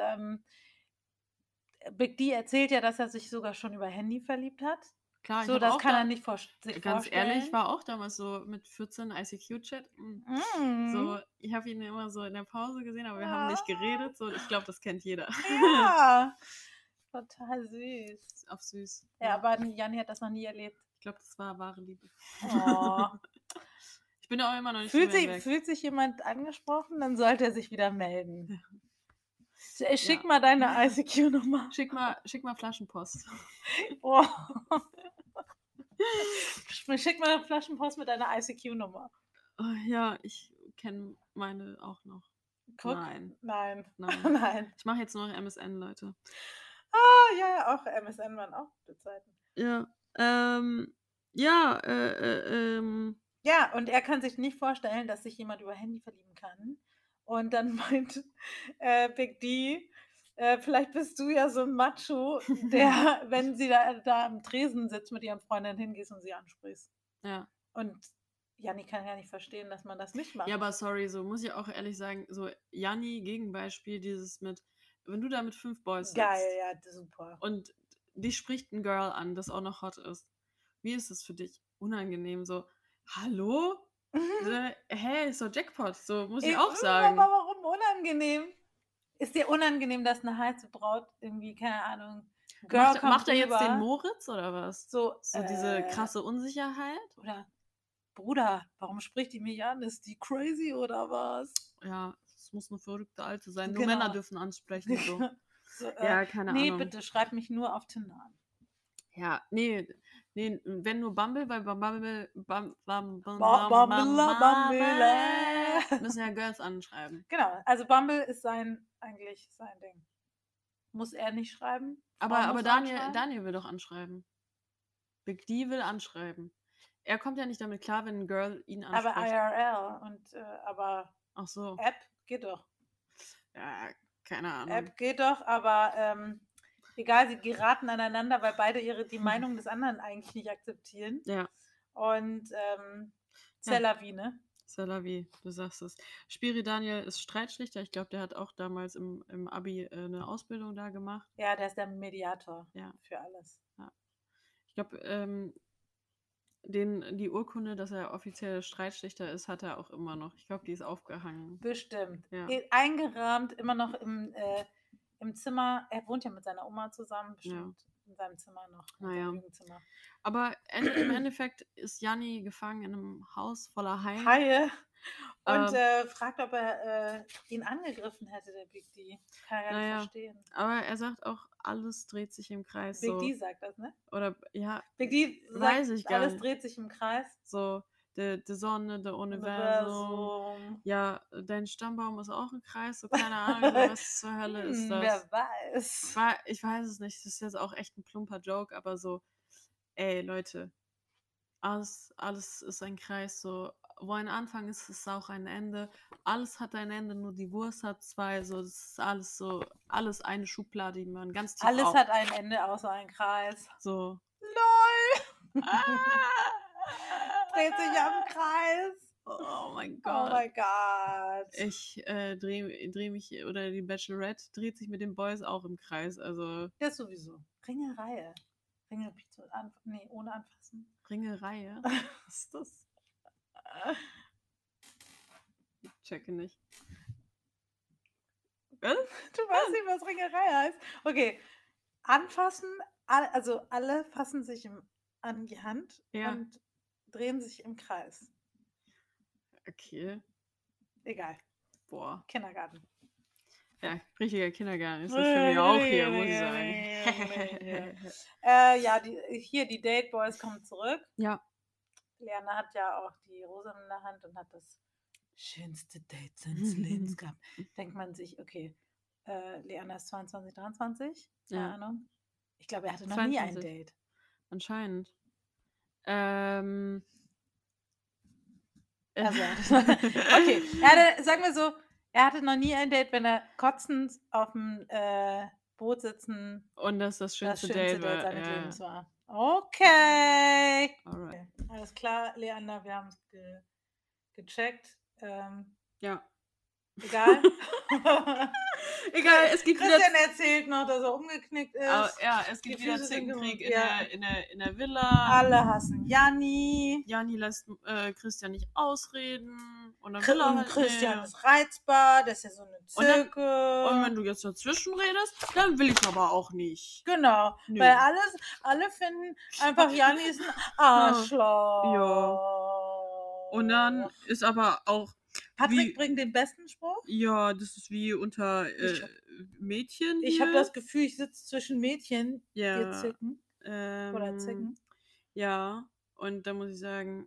[SPEAKER 2] Big D erzählt ja, dass er sich sogar schon über Handy verliebt hat.
[SPEAKER 1] Klar,
[SPEAKER 2] so, das kann er nicht sich vorstellen.
[SPEAKER 1] Ganz ehrlich, war auch damals so mit 14 ICQ-Chat. So, ich habe ihn immer so in der Pause gesehen, aber wir haben nicht geredet. So, ich glaube, das kennt jeder.
[SPEAKER 2] Ja. Total süß.
[SPEAKER 1] Auf süß.
[SPEAKER 2] Ja, aber Janni hat das noch nie erlebt.
[SPEAKER 1] Ich glaube, das war wahre Liebe.
[SPEAKER 2] Oh.
[SPEAKER 1] Ich bin auch immer noch nicht
[SPEAKER 2] Fühlt sich jemand angesprochen, dann sollte er sich wieder melden. Schick mal deine ICQ-Nummer.
[SPEAKER 1] Schick mal Flaschenpost.
[SPEAKER 2] Oh. Schick mal Flaschenpost mit deiner ICQ-Nummer.
[SPEAKER 1] Oh, ja, ich kenne meine auch noch.
[SPEAKER 2] Guck. Nein.
[SPEAKER 1] Ich mache jetzt nur noch MSN, Leute.
[SPEAKER 2] Ja, auch MSN waren auch gute Zeiten.
[SPEAKER 1] Ja,
[SPEAKER 2] Ja, und er kann sich nicht vorstellen, dass sich jemand über Handy verlieben kann. Und dann meint Big D, vielleicht bist du ja so ein Macho, der, wenn sie da am Tresen sitzt, mit ihren Freundinnen hingehst und sie ansprichst.
[SPEAKER 1] Ja.
[SPEAKER 2] Und Janni kann gar nicht verstehen, dass man das nicht macht.
[SPEAKER 1] Ja, aber sorry, so muss ich auch ehrlich sagen, so Janni Gegenbeispiel, dieses mit, wenn du da mit 5 Boys sitzt.
[SPEAKER 2] Geil, ja, super.
[SPEAKER 1] Und dich spricht ein Girl an, das auch noch hot ist. Wie ist es für dich? Unangenehm, so, hallo? Hä, ist doch Jackpot, so muss ich auch sagen.
[SPEAKER 2] Aber warum unangenehm? Ist dir unangenehm, dass eine heiße Braut irgendwie, keine Ahnung,
[SPEAKER 1] Girl macht er jetzt den Moritz oder was?
[SPEAKER 2] So
[SPEAKER 1] diese krasse Unsicherheit?
[SPEAKER 2] Oder, Bruder, warum spricht die mich an? Ist die crazy oder was?
[SPEAKER 1] Ja, es muss eine verrückte Alte sein. Nur Männer dürfen ansprechen. So.
[SPEAKER 2] Ja, keine Ahnung. Nee, bitte, schreib mich nur auf Tinder an.
[SPEAKER 1] Ja, nee, wenn nur Bumble, weil Bumble müssen ja Girls anschreiben.
[SPEAKER 2] Genau, also Bumble ist eigentlich sein Ding. Muss er nicht schreiben?
[SPEAKER 1] Aber Daniel will doch anschreiben. Big D will anschreiben. Er kommt ja nicht damit klar, wenn ein Girl ihn anspricht.
[SPEAKER 2] Aber IRL und aber
[SPEAKER 1] ach so.
[SPEAKER 2] App geht doch.
[SPEAKER 1] Ja, keine Ahnung.
[SPEAKER 2] App geht doch, aber egal, sie geraten aneinander, weil beide die Meinung des anderen eigentlich nicht akzeptieren.
[SPEAKER 1] Ja.
[SPEAKER 2] Und c'est la vie, ne?
[SPEAKER 1] C'est la vie, du sagst es. Spiri Daniel ist Streitschlichter. Ich glaube, der hat auch damals im Abi eine Ausbildung da gemacht.
[SPEAKER 2] Ja, der ist der Mediator für alles.
[SPEAKER 1] Ja. Ich glaube, die Urkunde, dass er offiziell Streitschlichter ist, hat er auch immer noch. Ich glaube, die ist aufgehangen.
[SPEAKER 2] Bestimmt.
[SPEAKER 1] Ja.
[SPEAKER 2] Eingerahmt, immer noch im Zimmer. Er wohnt ja mit seiner Oma zusammen, bestimmt in seinem Zimmer noch.
[SPEAKER 1] Naja. Aber im Endeffekt ist Janni gefangen in einem Haus voller Haie.
[SPEAKER 2] Und fragt, ob er ihn angegriffen hätte, der Big D. Kann er gar nicht verstehen.
[SPEAKER 1] Aber er sagt auch, alles dreht sich im Kreis.
[SPEAKER 2] Big D sagt das, ne?
[SPEAKER 1] Oder, ja.
[SPEAKER 2] Big D sagt, alles dreht sich im Kreis.
[SPEAKER 1] So, die Sonne, der Universum. Ja, dein Stammbaum ist auch ein Kreis. So, keine Ahnung, was zur Hölle ist das?
[SPEAKER 2] Wer weiß.
[SPEAKER 1] Ich weiß es nicht. Das ist jetzt auch echt ein plumper Joke, aber so, ey, Leute, alles ist ein Kreis, so, wo ein Anfang ist, ist auch ein Ende. Alles hat ein Ende, nur die Wurst hat zwei, so, das ist alles eine Schublade, die man ganz tief
[SPEAKER 2] Alles hat ein Ende, außer ein Kreis.
[SPEAKER 1] So.
[SPEAKER 2] LOL! Dreht sich am Kreis.
[SPEAKER 1] Oh mein Gott.
[SPEAKER 2] Oh mein Gott.
[SPEAKER 1] Ich dreh mich, oder die Bachelorette dreht sich mit den Boys auch im Kreis, also.
[SPEAKER 2] Das sowieso. Ringereihe. Ohne anfassen.
[SPEAKER 1] Ringereihe? Was ist das? Ich checke nicht.
[SPEAKER 2] Was? Du weißt nicht, was Ringerei heißt? Okay. Anfassen, also alle fassen sich an die Hand und drehen sich im Kreis.
[SPEAKER 1] Okay.
[SPEAKER 2] Egal.
[SPEAKER 1] Boah.
[SPEAKER 2] Kindergarten.
[SPEAKER 1] Ja, richtiger Kindergarten ist das für mich auch hier, muss ich
[SPEAKER 2] sagen. Die Date Boys kommen zurück.
[SPEAKER 1] Ja.
[SPEAKER 2] Leanna hat ja auch die Rosa in der Hand und hat das schönste Date seines Lebens gehabt. Denkt man sich, okay, Leanna ist 22, 23, keine Ahnung. Ich glaube, er hatte noch 22. Nie ein Date.
[SPEAKER 1] Anscheinend.
[SPEAKER 2] Okay, sagen wir so, er hatte noch nie ein Date, wenn er kotzend auf dem Boot sitzen
[SPEAKER 1] und das schönste Date
[SPEAKER 2] seines Lebens war. Okay. Alright. Alles klar, Leander, wir haben es gecheckt.
[SPEAKER 1] Ja.
[SPEAKER 2] Egal.
[SPEAKER 1] Egal, es gibt
[SPEAKER 2] Christian erzählt noch, dass er umgeknickt ist.
[SPEAKER 1] Ja, es gibt wieder Zickenkrieg in der Villa.
[SPEAKER 2] Alle hassen Janni.
[SPEAKER 1] Janni lässt Christian nicht ausreden. Und dann
[SPEAKER 2] Christian ist reizbar, das ist ja so eine Zirkel.
[SPEAKER 1] Und wenn du jetzt dazwischen redest, dann will ich aber auch nicht.
[SPEAKER 2] Genau, weil alle finden einfach, Janni ist ein Arschloch.
[SPEAKER 1] Ja. Und dann ist aber auch
[SPEAKER 2] Patrick bringt den besten Spruch.
[SPEAKER 1] Ja, das ist wie unter Mädchen.
[SPEAKER 2] Ich habe das Gefühl, ich sitze zwischen Mädchen, die zicken. Oder zicken.
[SPEAKER 1] Ja, und da muss ich sagen,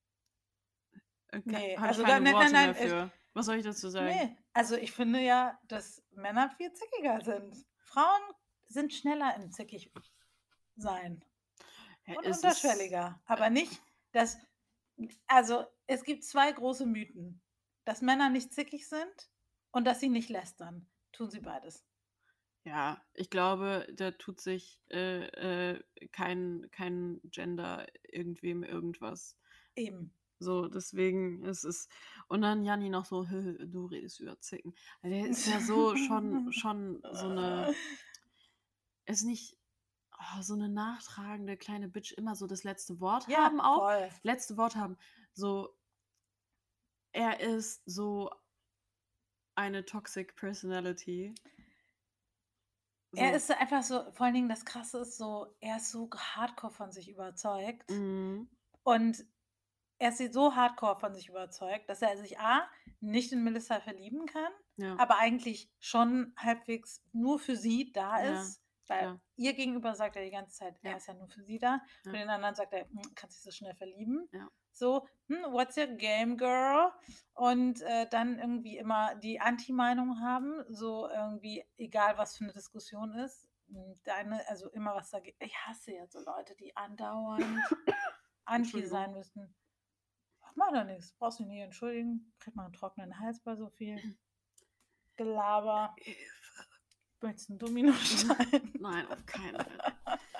[SPEAKER 2] nee,
[SPEAKER 1] also nein, was soll ich dazu sagen?
[SPEAKER 2] Nee, also ich finde ja, dass Männer viel zickiger sind. Frauen sind schneller im zickig sein. Ja, und unterschwelliger. Aber nicht, also es gibt 2 große Mythen. Dass Männer nicht zickig sind und dass sie nicht lästern. Tun sie beides.
[SPEAKER 1] Ja, ich glaube, da tut sich kein Gender irgendwem irgendwas.
[SPEAKER 2] Eben.
[SPEAKER 1] So, deswegen ist es. Und dann Janni noch so, du redest über Zicken. Der ist ja so schon so eine. Ist nicht so eine nachtragende kleine Bitch, immer so das letzte Wort haben auch.
[SPEAKER 2] Voll.
[SPEAKER 1] Letzte Wort haben. So, er ist so eine toxic Personality. So.
[SPEAKER 2] Er ist einfach so, vor allen Dingen das Krasse ist so, er ist so hardcore von sich überzeugt. Und er ist so hardcore von sich überzeugt, dass er sich nicht in Melissa verlieben kann, aber eigentlich schon halbwegs nur für sie da ist. Weil ihr gegenüber sagt er die ganze Zeit, er ist ja nur für sie da. Für den anderen sagt er, kannst dich so schnell verlieben. So, what's your game, girl? Und dann irgendwie immer die Anti-Meinung haben, so irgendwie, egal was für eine Diskussion ist. Also immer was dagegen. Ich hasse ja so Leute, die andauernd Anti sein müssen. Mach doch nichts, brauchst du nicht entschuldigen. Kriegt man einen trockenen Hals bei so viel Gelaber. Möchtest du einen Dominostein?
[SPEAKER 1] Nein, auf keinen Fall.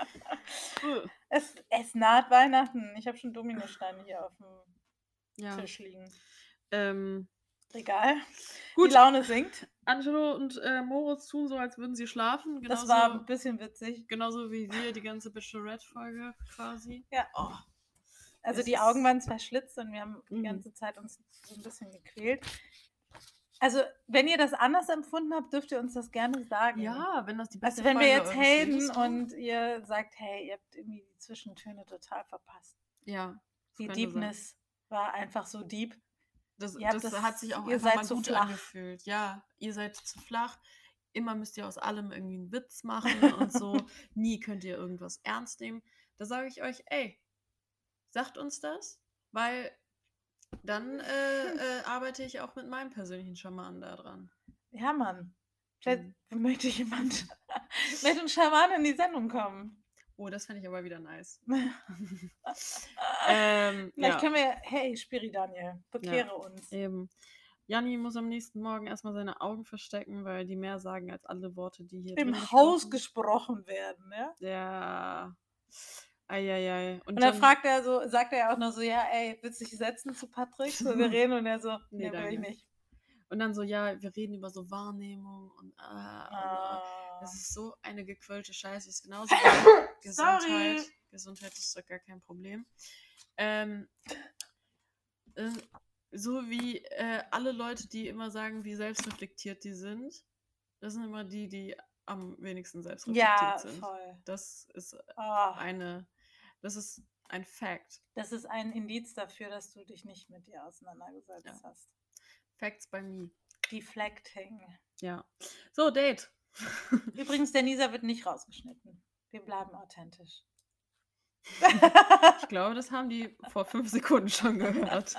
[SPEAKER 2] Es naht Weihnachten. Ich habe schon Dominosteine hier auf dem Tisch liegen. Egal. Gut. Die Laune sinkt.
[SPEAKER 1] Angelo und Moritz tun so, als würden sie schlafen.
[SPEAKER 2] Genauso, das war ein bisschen witzig.
[SPEAKER 1] Genauso wie wir die ganze Bachelorette-Folge quasi.
[SPEAKER 2] Ja. Oh. Also die Augen waren zwar Schlitz und wir haben die ganze Zeit uns so ein bisschen gequält. Also, wenn ihr das anders empfunden habt, dürft ihr uns das gerne sagen.
[SPEAKER 1] Ja, wenn das die beste
[SPEAKER 2] Folge ist. Also, wenn wir jetzt haten und ihr sagt, hey, ihr habt irgendwie die Zwischentöne total verpasst.
[SPEAKER 1] Ja.
[SPEAKER 2] Die Deepness war einfach so deep.
[SPEAKER 1] Das hat sich auch einfach mal gut angefühlt. Ja, ihr seid zu flach. Immer müsst ihr aus allem irgendwie einen Witz machen und so. Nie könnt ihr irgendwas ernst nehmen. Da sage ich euch, ey, sagt uns das, weil dann arbeite ich auch mit meinem persönlichen Schamanen da dran.
[SPEAKER 2] Ja, Mann. Vielleicht möchte jemand mit einem Schamanen in die Sendung kommen.
[SPEAKER 1] Oh, das fände ich aber wieder nice.
[SPEAKER 2] Vielleicht können wir, hey, Spiri Daniel, bekehre uns.
[SPEAKER 1] Eben. Janni muss am nächsten Morgen erstmal seine Augen verstecken, weil die mehr sagen als alle Worte, die hier
[SPEAKER 2] im Haus gesprochen werden, ne?
[SPEAKER 1] Ja. Eieiei.
[SPEAKER 2] Und dann sagt er auch noch so, ja, ey, willst du dich setzen zu Patrick? So, wir reden und er so, nee, will ich nicht.
[SPEAKER 1] Und dann so, ja, wir reden über so Wahrnehmung und das ist so eine gequälte Scheiße. Ist genauso wie Gesundheit. Gesundheit ist doch gar kein Problem. So wie alle Leute, die immer sagen, wie selbstreflektiert die sind, das sind immer die am wenigsten selbstreflektiert sind. Ja, voll. Das ist das ist ein Fact.
[SPEAKER 2] Das ist ein Indiz dafür, dass du dich nicht mit dir auseinandergesetzt hast.
[SPEAKER 1] Facts by me.
[SPEAKER 2] Deflecting.
[SPEAKER 1] Ja. So, Date.
[SPEAKER 2] Übrigens, der Nisa wird nicht rausgeschnitten. Wir bleiben authentisch.
[SPEAKER 1] Ich glaube, das haben die vor 5 Sekunden schon gehört.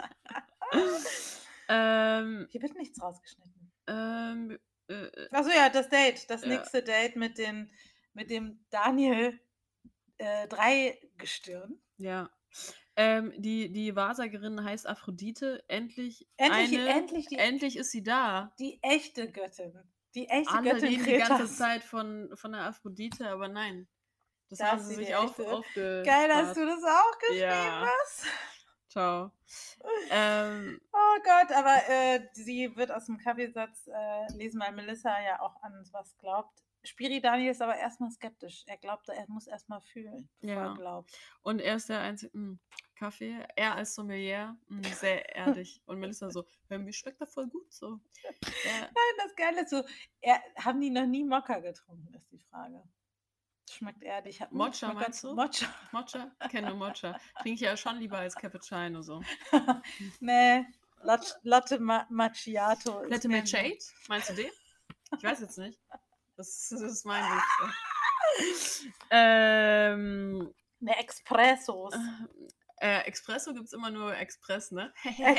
[SPEAKER 2] Hier wird nichts rausgeschnitten. Achso, ja, das Date. Das nächste Date mit dem Daniel Dreigestirn.
[SPEAKER 1] Ja. Die Wahrsagerin heißt Aphrodite. Endlich ist sie da.
[SPEAKER 2] Die echte Göttin. Die echte
[SPEAKER 1] Alle
[SPEAKER 2] Göttin
[SPEAKER 1] reden die ganze Zeit von der Aphrodite, aber nein. Das haben sie sich auch aufgespart.
[SPEAKER 2] Geil, dass du das auch geschrieben hast.
[SPEAKER 1] Ciao.
[SPEAKER 2] Oh Gott, aber sie wird aus dem Kaffeesatz lesen, weil Melissa ja auch an was glaubt. Spiri Daniel ist aber erstmal skeptisch. Er glaubt, er muss erstmal fühlen, bevor er glaubt.
[SPEAKER 1] Und er ist der einzige, Kaffee, er als Sommelier, sehr erdig. Und Melissa so, mir schmeckt das voll gut so.
[SPEAKER 2] Nein, das Geile ist so, haben die noch nie Mokka getrunken, ist die Frage. Schmeckt erdig.
[SPEAKER 1] Mocha meinst du? Mocha? Ich kenne nur Mocha. Trinke ich ja schon lieber als Cappuccino so.
[SPEAKER 2] Nee, Latte Macchiato.
[SPEAKER 1] Latte Macchiato? Meinst du den? Ich weiß jetzt nicht. Das ist mein Liebster.
[SPEAKER 2] Ne, Expressos.
[SPEAKER 1] Espresso gibt es immer nur Express, ne?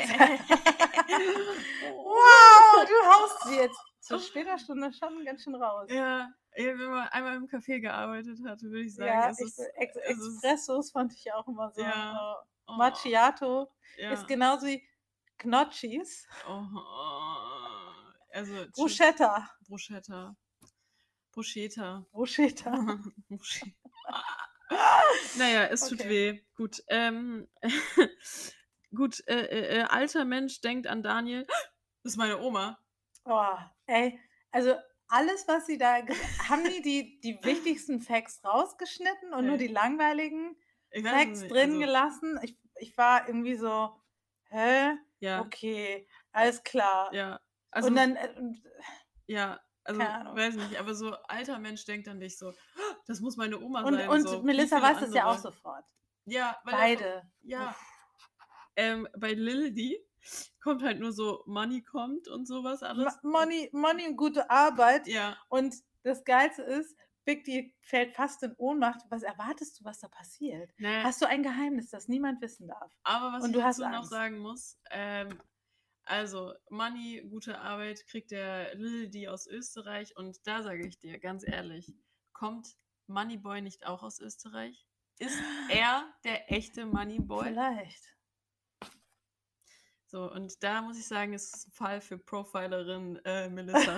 [SPEAKER 2] Wow, du haust sie jetzt zur später Stunde schon ganz schön raus.
[SPEAKER 1] Ja, wenn man einmal im Café gearbeitet hat, würde ich sagen,
[SPEAKER 2] ja, Expressos fand ich auch immer so. Ja. Macchiato ist genauso wie Gnocchis.
[SPEAKER 1] Also
[SPEAKER 2] Bruschetta.
[SPEAKER 1] Naja, es tut weh. Gut. gut, alter Mensch denkt an Daniel. Das ist meine Oma.
[SPEAKER 2] Oh, ey, also alles, was sie da haben die wichtigsten Facts rausgeschnitten und nur die langweiligen Facts drin gelassen? Ich war irgendwie so, hä?
[SPEAKER 1] Ja.
[SPEAKER 2] Okay, alles klar.
[SPEAKER 1] Ja, also
[SPEAKER 2] und dann
[SPEAKER 1] ja, also
[SPEAKER 2] keine Ahnung.
[SPEAKER 1] weiß nicht, aber so alter Mensch denkt an dich so, das muss meine Oma
[SPEAKER 2] Und,
[SPEAKER 1] sein.
[SPEAKER 2] und
[SPEAKER 1] so,
[SPEAKER 2] Melissa weiß das ja auch sofort.
[SPEAKER 1] Ja, weil
[SPEAKER 2] beide.
[SPEAKER 1] Ja. Bei Lilly kommt halt nur so Money kommt und sowas alles.
[SPEAKER 2] Money und gute Arbeit.
[SPEAKER 1] Ja.
[SPEAKER 2] Und das Geilste ist, Big D fällt fast in Ohnmacht. Was erwartest du, was da passiert?
[SPEAKER 1] Naja.
[SPEAKER 2] Hast du ein Geheimnis, das niemand wissen darf?
[SPEAKER 1] Aber was
[SPEAKER 2] und
[SPEAKER 1] ich
[SPEAKER 2] du
[SPEAKER 1] dazu
[SPEAKER 2] hast
[SPEAKER 1] noch
[SPEAKER 2] Angst.
[SPEAKER 1] sagen muss, also Money, gute Arbeit kriegt der Lilly aus Österreich und da sage ich dir ganz ehrlich, kommt Moneyboy nicht auch aus Österreich? Ist er der echte Moneyboy?
[SPEAKER 2] Vielleicht.
[SPEAKER 1] So, und da muss ich sagen, ist ein Fall für Profilerin Melissa.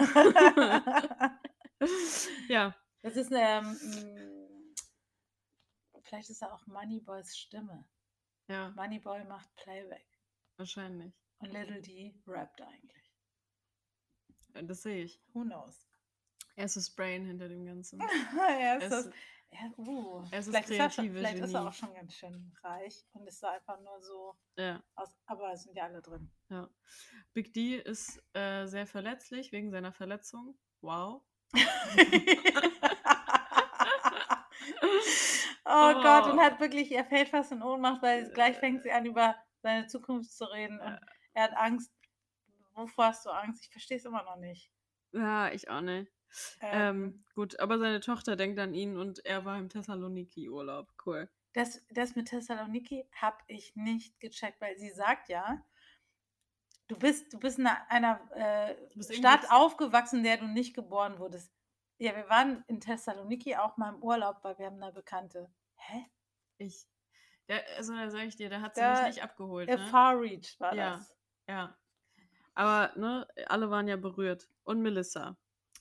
[SPEAKER 1] Ja.
[SPEAKER 2] Das ist vielleicht ist er auch Moneyboys Stimme.
[SPEAKER 1] Ja.
[SPEAKER 2] Moneyboy macht Playback.
[SPEAKER 1] Wahrscheinlich.
[SPEAKER 2] Und Little D rappt eigentlich.
[SPEAKER 1] Das sehe ich.
[SPEAKER 2] Who knows?
[SPEAKER 1] Er ist das Brain hinter dem Ganzen.
[SPEAKER 2] Er ist das.
[SPEAKER 1] Er ist
[SPEAKER 2] vielleicht ist er auch
[SPEAKER 1] Genie.
[SPEAKER 2] schon ganz schön reich und ist da einfach nur so aber es sind ja alle drin.
[SPEAKER 1] Ja. Big D ist sehr verletzlich wegen seiner Verletzung. Wow.
[SPEAKER 2] Oh Gott, und er fällt fast in Ohnmacht, weil gleich fängt sie an, über seine Zukunft zu reden und er hat Angst. Wovor hast du Angst? Ich verstehe es immer noch nicht.
[SPEAKER 1] Ja, ich auch nicht. Gut, aber seine Tochter denkt an ihn und er war im Thessaloniki-Urlaub. Cool.
[SPEAKER 2] Das mit Thessaloniki habe ich nicht gecheckt, weil sie sagt ja, du bist in einer Stadt aufgewachsen, in der du nicht geboren wurdest. Ja, wir waren in Thessaloniki auch mal im Urlaub, weil wir haben da Bekannte. Hä?
[SPEAKER 1] Da sage ich dir, da hat sie mich nicht abgeholt.
[SPEAKER 2] Ne? Far Reach war das.
[SPEAKER 1] Ja. Aber, ne, alle waren ja berührt. Und Melissa.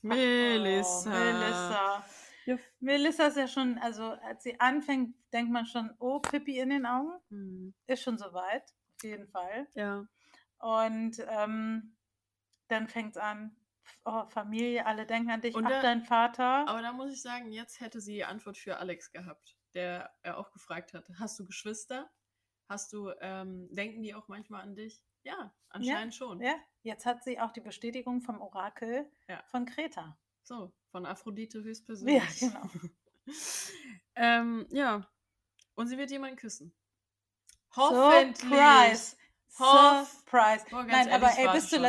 [SPEAKER 2] Melissa. Ja. Melissa ist ja schon, also als sie anfängt, denkt man schon, oh, Pippi in den Augen. Ist schon soweit, auf jeden Fall.
[SPEAKER 1] Ja.
[SPEAKER 2] Und dann fängt es an, Familie, alle denken an dich, dein Vater.
[SPEAKER 1] Aber da muss ich sagen, jetzt hätte sie die Antwort für Alex gehabt, der auch gefragt hat, hast du Geschwister? Denken die auch manchmal an dich? Ja, anscheinend schon.
[SPEAKER 2] Ja, jetzt hat sie auch die Bestätigung vom Orakel von Kreta.
[SPEAKER 1] So, von Aphrodite höchstpersönlich.
[SPEAKER 2] Ja, genau.
[SPEAKER 1] Ja, und sie wird jemanden küssen.
[SPEAKER 2] Hoffentlich. Surprise. Nein,
[SPEAKER 1] ehrlich,
[SPEAKER 2] aber bis zur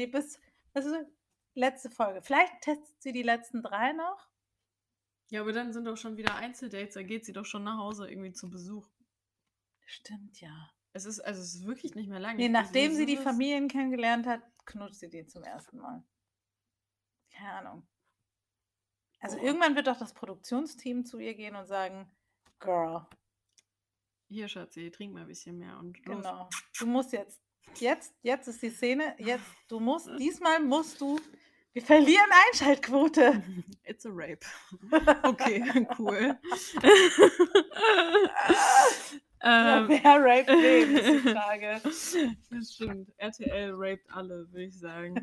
[SPEAKER 2] letzte Folge. Vielleicht testet sie die letzten 3 noch.
[SPEAKER 1] Ja, aber dann sind doch schon wieder Einzeldates, da geht sie doch schon nach Hause irgendwie zu Besuch.
[SPEAKER 2] Stimmt, ja.
[SPEAKER 1] Es ist wirklich nicht mehr lange.
[SPEAKER 2] Nee, nachdem sie die Familien kennengelernt hat, knutscht sie die zum ersten Mal. Keine Ahnung. Also irgendwann wird doch das Produktionsteam zu ihr gehen und sagen, Girl.
[SPEAKER 1] Hier, Schatzi, trink mal ein bisschen mehr und los.
[SPEAKER 2] Genau. Du musst jetzt ist die Szene, diesmal musst du, wir verlieren Einschaltquote.
[SPEAKER 1] It's a rape. Okay, cool.
[SPEAKER 2] Wer raped wen, ist die Frage.
[SPEAKER 1] Das stimmt. RTL raped alle, würde ich sagen.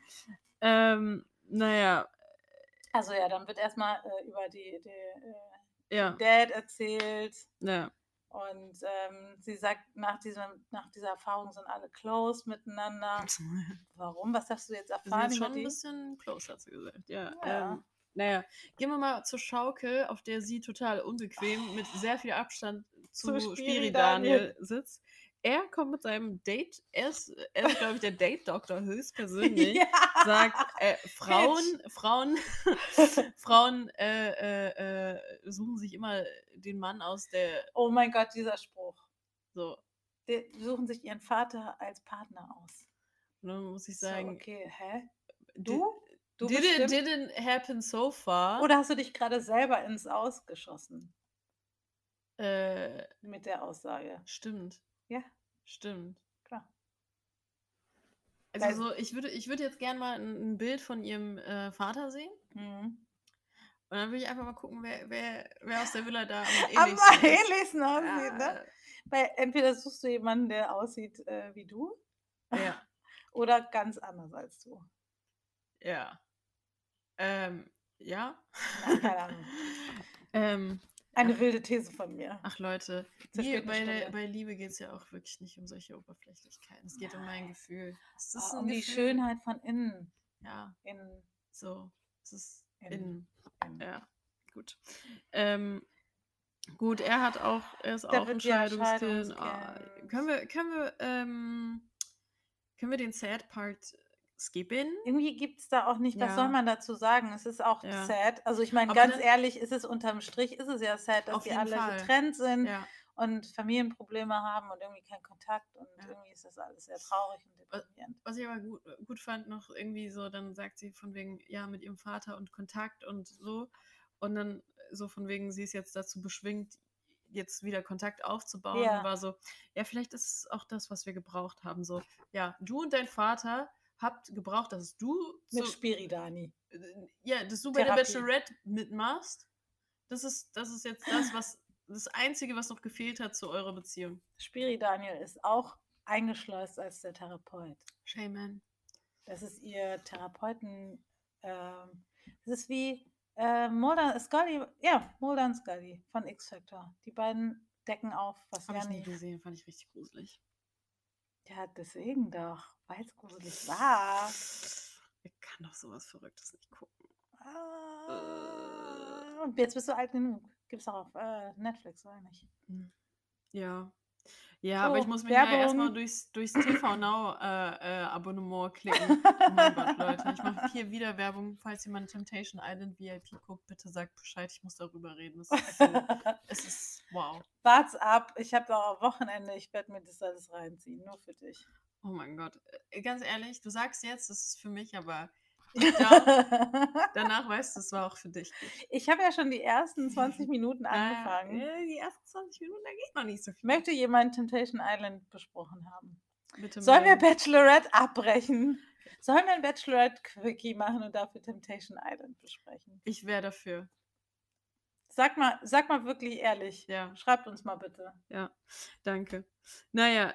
[SPEAKER 1] Naja.
[SPEAKER 2] Also ja, dann wird erstmal über die Dad erzählt.
[SPEAKER 1] Ja.
[SPEAKER 2] Und sie sagt, nach dieser Erfahrung sind alle close miteinander. Warum? Was hast du jetzt erfahren?
[SPEAKER 1] Sie sind schon ein bisschen close, hat sie gesagt. Ja. Naja, gehen wir mal zur Schaukel, auf der sie total unbequem mit sehr viel Abstand zu Spiri Daniel sitzt. Er kommt mit seinem Date, er ist glaube ich, der Date-Doktor höchstpersönlich, sagt, Frauen suchen sich immer den Mann aus der...
[SPEAKER 2] Oh mein Gott, dieser Spruch.
[SPEAKER 1] So.
[SPEAKER 2] Die suchen sich ihren Vater als Partner aus.
[SPEAKER 1] Und dann muss ich sagen...
[SPEAKER 2] So, okay, hä?
[SPEAKER 1] Du didn't happen so far.
[SPEAKER 2] Oder hast du dich gerade selber ins Aus geschossen? Mit der Aussage.
[SPEAKER 1] Stimmt.
[SPEAKER 2] Ja.
[SPEAKER 1] Stimmt.
[SPEAKER 2] Klar.
[SPEAKER 1] Also ich würde jetzt gerne mal ein Bild von ihrem Vater sehen.
[SPEAKER 2] Mhm.
[SPEAKER 1] Und dann will ich einfach mal gucken, wer aus der Villa da
[SPEAKER 2] am ähnlichsten aussieht, ne? Weil entweder suchst du jemanden, der aussieht wie du.
[SPEAKER 1] Ja.
[SPEAKER 2] Oder ganz anders als du.
[SPEAKER 1] Ja. Ja.
[SPEAKER 2] Na, keine Ahnung. Eine wilde These von mir.
[SPEAKER 1] Ach Leute, bei Liebe geht es ja auch wirklich nicht um solche Oberflächlichkeiten. Es geht um mein Gefühl. Es ist
[SPEAKER 2] um die Schönheit von innen.
[SPEAKER 1] Ja.
[SPEAKER 2] Innen.
[SPEAKER 1] So. Es ist
[SPEAKER 2] innen.
[SPEAKER 1] Ja, gut. Gut, er ist auch ein Scheidungskind. Können wir den Sad Part skippen?
[SPEAKER 2] Irgendwie gibt es da auch nicht, was soll man dazu sagen? Es ist auch sad. Also ich meine, ganz ehrlich, ist es unterm Strich, ist es ja sad, dass die alle getrennt sind und Familienprobleme haben und irgendwie keinen Kontakt und irgendwie ist das alles sehr traurig und deprimierend.
[SPEAKER 1] Was ich aber gut fand, noch irgendwie so, dann sagt sie von wegen, ja, mit ihrem Vater und Kontakt und so. Und dann so von wegen, sie ist jetzt dazu beschwingt, jetzt wieder Kontakt aufzubauen. Und war so, ja, vielleicht ist es auch das, was wir gebraucht haben. So, ja, du und dein Vater habt gebraucht, dass du
[SPEAKER 2] mit Spiridani.
[SPEAKER 1] Ja, dass du bei der Bachelorette mitmachst. Das ist jetzt das Einzige, was noch gefehlt hat zu eurer Beziehung.
[SPEAKER 2] Spiridaniel ist auch eingeschleust als der Therapeut.
[SPEAKER 1] Shaman.
[SPEAKER 2] Das ist ihr Therapeuten. Das ist wie Mulder und Scully von X-Factor. Die beiden decken auf, was
[SPEAKER 1] Hab ich nie gesehen, fand ich richtig gruselig.
[SPEAKER 2] Ja, deswegen doch, weil es gruselig war.
[SPEAKER 1] Ich kann doch sowas Verrücktes nicht gucken.
[SPEAKER 2] Und jetzt bist du alt genug. Gibt's auch auf Netflix, oder nicht?
[SPEAKER 1] Ja. Ja, aber ich muss mich ja erstmal durchs TV Now Abonnement klicken. Oh mein Gott, Leute. Ich mache hier wieder Werbung. Falls jemand Temptation Island VIP guckt, bitte sagt Bescheid. Ich muss darüber reden. Es ist wow.
[SPEAKER 2] Wart's ab. Ich habe doch am Wochenende. Ich werde mir das alles reinziehen. Nur für dich.
[SPEAKER 1] Oh mein Gott. Ganz ehrlich, du sagst jetzt, das ist für mich, aber ich glaube, danach weißt du, es war auch für dich gut.
[SPEAKER 2] Ich habe ja schon die ersten 20 Minuten angefangen.
[SPEAKER 1] Die ersten 20 Minuten, da geht noch nicht so viel.
[SPEAKER 2] Möchte jemand Temptation Island besprochen haben? Bitte. Sollen wir Bachelorette abbrechen? Sollen wir ein Bachelorette-Quickie machen und dafür Temptation Island besprechen?
[SPEAKER 1] Ich wäre dafür.
[SPEAKER 2] Sag mal wirklich ehrlich.
[SPEAKER 1] Ja.
[SPEAKER 2] Schreibt uns mal bitte.
[SPEAKER 1] Ja, danke. Naja,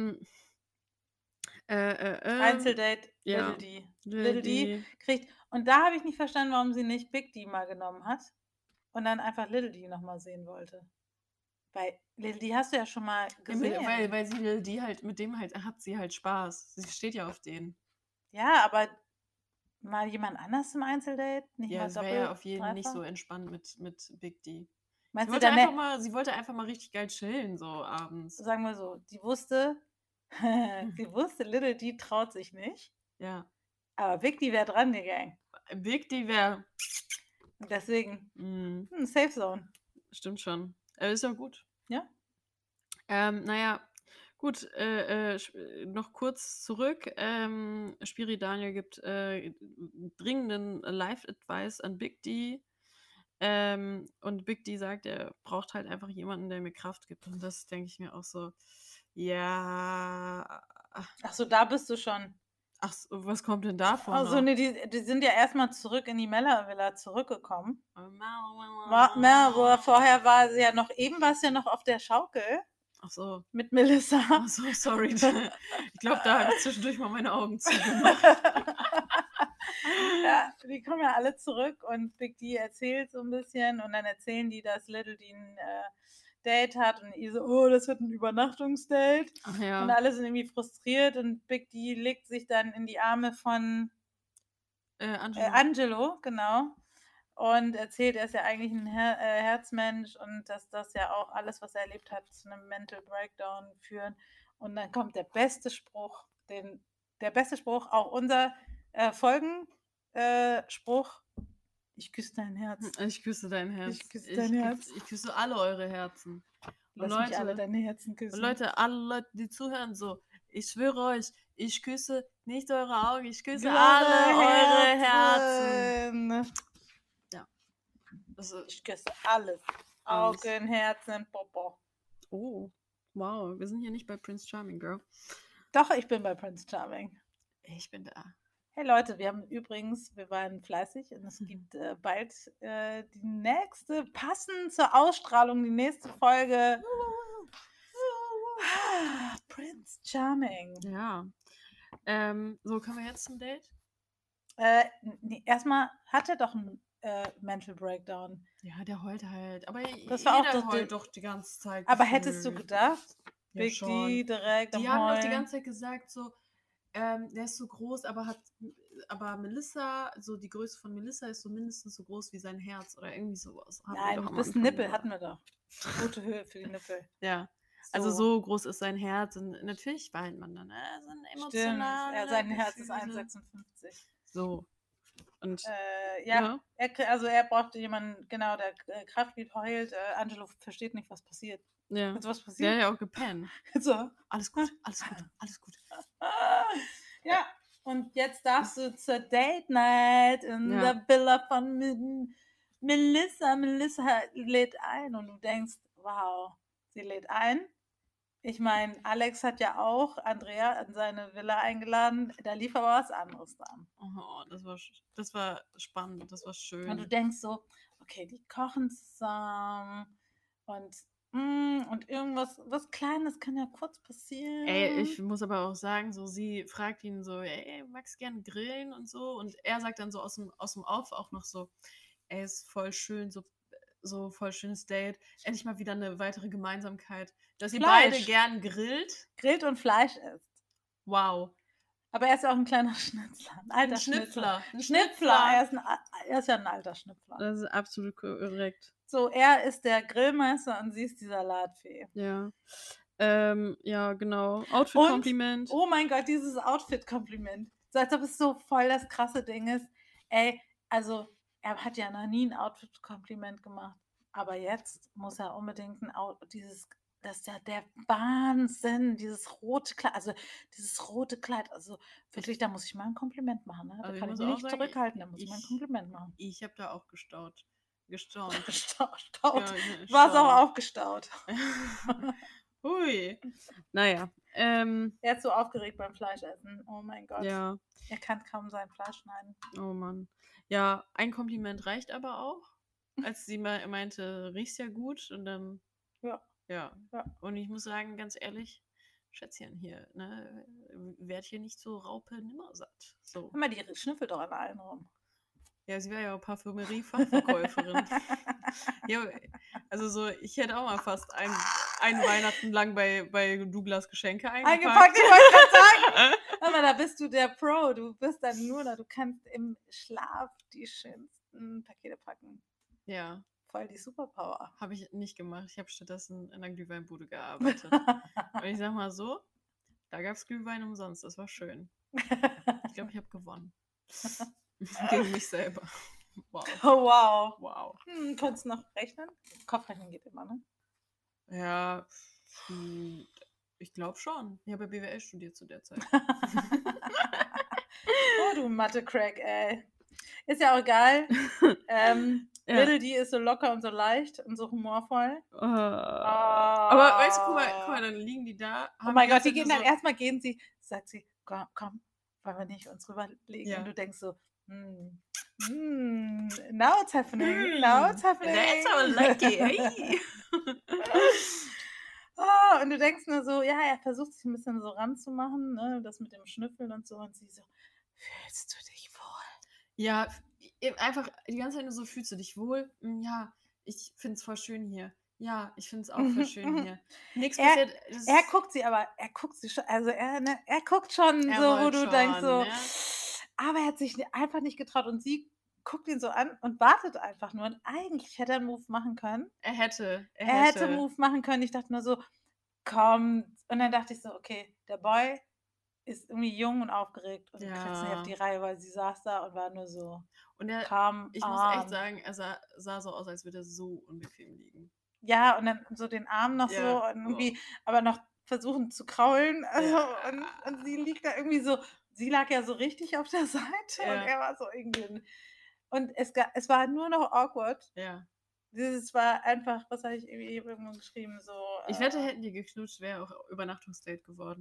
[SPEAKER 2] Einzeldate,
[SPEAKER 1] ja.
[SPEAKER 2] Little D kriegt. Und da habe ich nicht verstanden, warum sie nicht Big D mal genommen hat und dann einfach Little D nochmal sehen wollte. Weil Little D hast du ja schon mal gesehen.
[SPEAKER 1] Ja, weil sie Little D halt, mit dem halt hat sie halt Spaß. Sie steht ja auf den.
[SPEAKER 2] Ja, aber mal jemand anders im Einzeldate? Nicht
[SPEAKER 1] ja,
[SPEAKER 2] mal
[SPEAKER 1] es wäre ja auf jeden Fall nicht so entspannt mit Big D. Sie wollte einfach mal richtig geil chillen, so abends.
[SPEAKER 2] Sagen wir so, sie wusste, Little D traut sich nicht.
[SPEAKER 1] Ja.
[SPEAKER 2] Aber Big D wäre dran, die Gang.
[SPEAKER 1] Big D wäre.
[SPEAKER 2] Deswegen. Safe Zone.
[SPEAKER 1] Stimmt schon. Ist ja gut.
[SPEAKER 2] Ja.
[SPEAKER 1] Naja, gut. Noch kurz zurück. Spiridaniel gibt dringenden Life-Advice an Big D. Und Big D sagt, er braucht halt einfach jemanden, der mir Kraft gibt. Und das denke ich mir auch so. Ja.
[SPEAKER 2] Ach so, da bist du schon.
[SPEAKER 1] Ach, was kommt denn davon?
[SPEAKER 2] Also, nee, die sind ja erstmal zurück in die Mella-Villa zurückgekommen. Vorher war sie ja noch, eben war es ja noch auf der Schaukel.
[SPEAKER 1] Ach so.
[SPEAKER 2] Mit Melissa.
[SPEAKER 1] Ach so, sorry. Ich glaube, da habe ich zwischendurch mal meine Augen zugemacht.
[SPEAKER 2] Ja, die kommen ja alle zurück und Big D erzählt so ein bisschen und dann erzählen die, dass Little D ein Date hat und ich so, oh, das wird ein Übernachtungsdate.
[SPEAKER 1] Ach ja.
[SPEAKER 2] Und alle sind irgendwie frustriert und Big D legt sich dann in die Arme von Angelo, genau. Und erzählt, er ist ja eigentlich ein Herzmensch und dass das ja auch alles, was er erlebt hat, zu einem Mental Breakdown führen. Und dann kommt der beste Spruch, auch unser Folgenspruch. Ich küsse dein Herz.
[SPEAKER 1] Ich küsse dein Herz.
[SPEAKER 2] Ich küsse dein Herz.
[SPEAKER 1] Ich küsse alle eure Herzen.
[SPEAKER 2] Lass mich alle deine Herzen küssen.
[SPEAKER 1] Und Leute, alle Leute, die zuhören, so, ich schwöre euch, ich küsse nicht eure Augen, ich küsse alle eure Herzen. Ja.
[SPEAKER 2] Ich küsse alles. Augen, Herzen, Popo.
[SPEAKER 1] Oh, wow, wir sind hier nicht bei Prince Charming, Girl.
[SPEAKER 2] Doch, ich bin bei Prince Charming.
[SPEAKER 1] Ich bin da.
[SPEAKER 2] Hey Leute, wir waren fleißig und es gibt bald die nächste, passend zur Ausstrahlung, die nächste Folge. Prince Charming.
[SPEAKER 1] Ja. So, können wir jetzt zum Date?
[SPEAKER 2] Nee, erstmal hat er doch einen Mental Breakdown.
[SPEAKER 1] Ja, der heult halt. Aber
[SPEAKER 2] das war
[SPEAKER 1] jeder
[SPEAKER 2] auch
[SPEAKER 1] heult doch die ganze Zeit.
[SPEAKER 2] Aber hättest du gedacht,
[SPEAKER 1] ja,
[SPEAKER 2] Big
[SPEAKER 1] schon.
[SPEAKER 2] D direkt
[SPEAKER 1] Die
[SPEAKER 2] am
[SPEAKER 1] haben
[SPEAKER 2] Heulen.
[SPEAKER 1] doch die ganze Zeit gesagt, so, der ist so groß, aber Melissa, so die Größe von Melissa ist so mindestens so groß wie sein Herz oder irgendwie sowas.
[SPEAKER 2] Nein, du bist ein Nippel, hatten wir doch. Gute Höhe für die Nippel.
[SPEAKER 1] Ja. Also so groß ist sein Herz und natürlich weint man dann. So ein emotionaler.
[SPEAKER 2] Stimmt, sein Herz ist 1,56.
[SPEAKER 1] So. Und
[SPEAKER 2] ja. Er brauchte jemanden, genau, der Kraft gibt, heult. Angelo versteht nicht, was passiert.
[SPEAKER 1] Ja.
[SPEAKER 2] Jetzt was passiert?
[SPEAKER 1] Der hat ja auch gepennt.
[SPEAKER 2] So.
[SPEAKER 1] Alles gut, alles gut, alles gut.
[SPEAKER 2] Ja, und jetzt darfst du zur Date Night in der Villa von Melissa. Melissa lädt ein und du denkst, wow, sie lädt ein. Ich meine, Alex hat ja auch Andrea in seine Villa eingeladen. Da lief aber was anderes dann.
[SPEAKER 1] Oh, das war spannend, das war schön.
[SPEAKER 2] Und du denkst so, okay, die kochen zusammen und irgendwas, was Kleines kann ja kurz passieren.
[SPEAKER 1] Ey, ich muss aber auch sagen, so sie fragt ihn so, ey, magst du gern grillen und so? Und er sagt dann so aus dem Off auch noch so, ey, ist voll schön, so voll schönes Date. Endlich mal wieder eine weitere Gemeinsamkeit. Dass ihr beide gern grillt
[SPEAKER 2] und Fleisch isst.
[SPEAKER 1] Wow.
[SPEAKER 2] Aber er ist ja auch ein kleiner Schnitzler. Ein alter Schnipfler.
[SPEAKER 1] Ein Schnipfler.
[SPEAKER 2] Er ist ja ein alter Schnipfler.
[SPEAKER 1] Das ist absolut korrekt.
[SPEAKER 2] So, er ist der Grillmeister und sie ist die Salatfee.
[SPEAKER 1] Ja. Ja, genau. Outfit-Kompliment.
[SPEAKER 2] Oh mein Gott, dieses Outfit-Kompliment. So als ob es so voll das krasse Ding ist. Ey, also er hat ja noch nie ein Outfit-Kompliment gemacht. Aber jetzt muss er unbedingt das ist ja der Wahnsinn, dieses rote Kleid, also wirklich, da muss ich mal ein Kompliment machen. Ne? Da
[SPEAKER 1] also
[SPEAKER 2] kann ich mich nicht zurückhalten, da muss ich mal ein Kompliment machen.
[SPEAKER 1] Ich habe da auch gestaunt.
[SPEAKER 2] Gestaunt.
[SPEAKER 1] Ja,
[SPEAKER 2] war es auch aufgestaut.
[SPEAKER 1] Hui. Naja.
[SPEAKER 2] Er ist so aufgeregt beim Fleischessen. Oh mein Gott.
[SPEAKER 1] Ja.
[SPEAKER 2] Er kann kaum sein Fleisch schneiden.
[SPEAKER 1] Oh Mann. Ja, ein Kompliment reicht aber auch. Als sie meinte, riechst ja gut und dann. Ja. Und ich muss sagen, ganz ehrlich, Schätzchen hier, ne, werd hier nicht so Raupe nimmersatt. So.
[SPEAKER 2] Guck mal, die schnüffelt doch an allen rum.
[SPEAKER 1] Ja, sie wäre ja auch Parfümerie-Fachverkäuferin. Ja, also so, ich hätte auch mal fast ein Weihnachten lang bei Douglas Geschenke eingepackt.
[SPEAKER 2] Ich wollte gerade sagen. Hör mal, da bist du der Pro. Du bist dann nur da. Du kannst im Schlaf die schönsten Pakete packen.
[SPEAKER 1] Ja.
[SPEAKER 2] Voll die Superpower.
[SPEAKER 1] Habe ich nicht gemacht. Ich habe stattdessen in einer Glühweinbude gearbeitet. Und ich sag mal so, da gab es Glühwein umsonst. Das war schön. Ich glaube, ich habe gewonnen. Gegen mich selber. Wow.
[SPEAKER 2] Oh, wow.
[SPEAKER 1] Wow.
[SPEAKER 2] Konntest du noch rechnen? Kopfrechnen geht immer, ne?
[SPEAKER 1] Ja, ich glaube schon. Ich habe ja BWL studiert zu der Zeit.
[SPEAKER 2] Oh, du Mathe-Crack, ey. Ist ja auch egal. Little D ist so locker und so leicht und so humorvoll.
[SPEAKER 1] Aber weißt du, guck mal, dann liegen die da.
[SPEAKER 2] Oh mein Gott, die gehen dann erstmal, sagt sie, komm, wollen wir nicht uns rüberlegen? Ja. Und du denkst so, now it's happening,
[SPEAKER 1] That's so lucky.
[SPEAKER 2] Und du denkst nur so, ja, er versucht sich ein bisschen so ranzumachen, ne, das mit dem Schnüffeln und so. Und sie so, fühlst du dich wohl?
[SPEAKER 1] Ja, einfach die ganze Zeit nur so, fühlst du dich wohl? Ja, ich finde es voll schön hier. Ja, ich finde es auch voll schön hier. Nichts passiert.
[SPEAKER 2] Er guckt sie schon, also er guckt schon so, wo du denkst so, ja. Aber er hat sich einfach nicht getraut und sie guckt ihn so an und wartet einfach nur. Und eigentlich hätte er einen Move machen können.
[SPEAKER 1] Er hätte
[SPEAKER 2] einen Move machen können. Ich dachte nur so, komm. Und dann dachte ich so, okay, der Boy ist irgendwie jung und aufgeregt und kriegt es nicht auf die Reihe, weil sie saß da und war nur so.
[SPEAKER 1] Und ich muss echt sagen, er sah so aus, als würde er so unbequem liegen.
[SPEAKER 2] Ja, und dann so den Arm noch so und irgendwie, aber noch versuchen zu kraulen. Und sie liegt da irgendwie so, sie lag ja so richtig auf der Seite und er war so irgendwie. Und es war nur noch awkward.
[SPEAKER 1] Ja.
[SPEAKER 2] Es war einfach, was habe ich irgendwo geschrieben? So,
[SPEAKER 1] ich wette, hätten die geknutscht, wäre auch Übernachtungsdate geworden.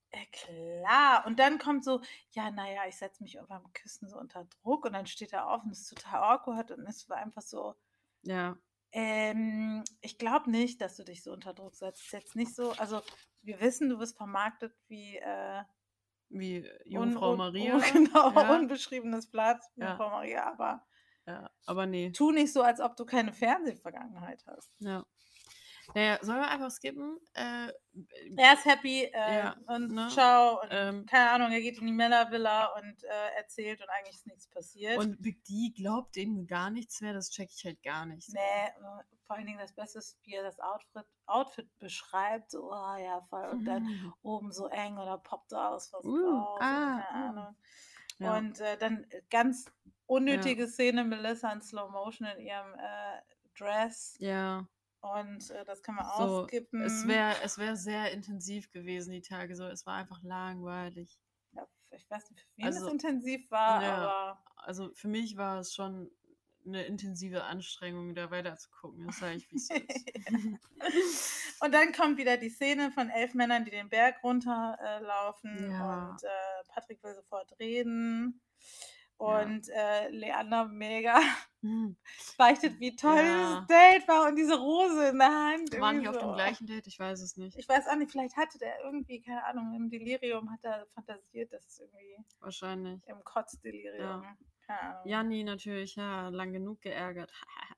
[SPEAKER 2] Klar. Und dann kommt so, ja, naja, ich setze mich beim Küssen so unter Druck und dann steht er auf und ist total awkward und es war einfach so,
[SPEAKER 1] Ja.
[SPEAKER 2] ich glaube nicht, dass du dich so unter Druck setzt. Ist jetzt nicht so, also wir wissen, du wirst vermarktet wie
[SPEAKER 1] Jungfrau Maria.
[SPEAKER 2] genau,
[SPEAKER 1] Ja.
[SPEAKER 2] unbeschriebenes Blatt,
[SPEAKER 1] Ja.
[SPEAKER 2] Jungfrau Maria,
[SPEAKER 1] aber nee.
[SPEAKER 2] Tu nicht so, als ob du keine Fernsehvergangenheit hast.
[SPEAKER 1] Ja. Naja, sollen wir einfach skippen?
[SPEAKER 2] Er ist happy und
[SPEAKER 1] ne?
[SPEAKER 2] ciao und keine Ahnung, er geht in die Männervilla und erzählt und eigentlich ist nichts passiert.
[SPEAKER 1] Und Big D glaubt ihm gar nichts mehr, das check ich halt gar nicht. So.
[SPEAKER 2] Nee, vor allen Dingen das Beste ist, wie er das Outfit beschreibt, so, oh ja, voll, und dann oben so eng oder poppt da aus was raus, keine Ahnung. Ja. Und dann ganz unnötige Szene, Melissa in Slow Motion in ihrem Dress.
[SPEAKER 1] Ja.
[SPEAKER 2] Und das kann man auskippen.
[SPEAKER 1] Es wär sehr intensiv gewesen, die Tage. So, es war einfach langweilig.
[SPEAKER 2] Ja, ich weiß nicht, für wen es intensiv war, aber.
[SPEAKER 1] Also für mich war es schon eine intensive Anstrengung, da weiter zu gucken. Das sage ich, wie es ist.
[SPEAKER 2] Und dann kommt wieder die Szene von 11 Männern, die den Berg runterlaufen. Und Patrick will sofort reden. Und Leander mega beichtet, wie toll dieses Date war und diese Rose in der Hand.
[SPEAKER 1] Waren die auf dem gleichen Date? Ich weiß es nicht.
[SPEAKER 2] Ich weiß auch nicht, vielleicht hatte der irgendwie, keine Ahnung, im Delirium hat er fantasiert, dass es irgendwie
[SPEAKER 1] wahrscheinlich
[SPEAKER 2] im Kotzdelirium. Ja.
[SPEAKER 1] Janni natürlich, lang genug geärgert.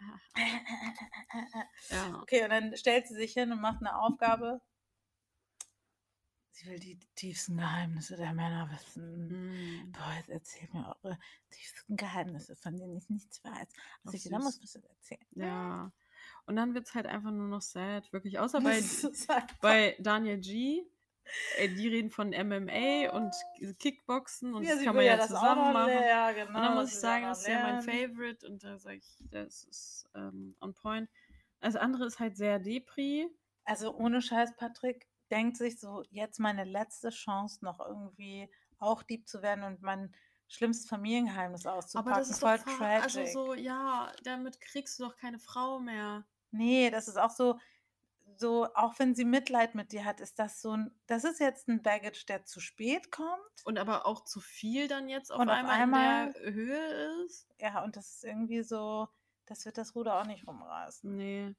[SPEAKER 2] Okay, und dann stellt sie sich hin und macht eine Aufgabe. Sie will die tiefsten Geheimnisse der Männer wissen. Boah, jetzt erzählt mir eure tiefsten Geheimnisse, von denen ich nichts weiß. Was ich dir dann muss erzählen.
[SPEAKER 1] Ja. Und dann wird es halt einfach nur noch sad, wirklich. Außer bei Daniel G. Die reden von MMA und Kickboxen und das kann man ja zusammen machen.
[SPEAKER 2] Genau,
[SPEAKER 1] und dann muss ich sagen, das ist ja mein Favorite und da sage ich, das ist on point. Das andere ist halt sehr Depri.
[SPEAKER 2] Also ohne Scheiß, Patrick denkt sich so, jetzt meine letzte Chance, noch irgendwie auch Dieb zu werden und mein schlimmstes Familiengeheimnis auszupacken.
[SPEAKER 1] Aber das ist voll tragic. Also so, ja, damit kriegst du doch keine Frau mehr.
[SPEAKER 2] Nee, das ist auch so, auch wenn sie Mitleid mit dir hat, ist das so das ist jetzt ein Baggage, der zu spät kommt.
[SPEAKER 1] Und aber auch zu viel dann jetzt auf einmal in der Höhe ist.
[SPEAKER 2] Ja, und das ist irgendwie so, das wird das Ruder auch nicht rumreißen.
[SPEAKER 1] Nee.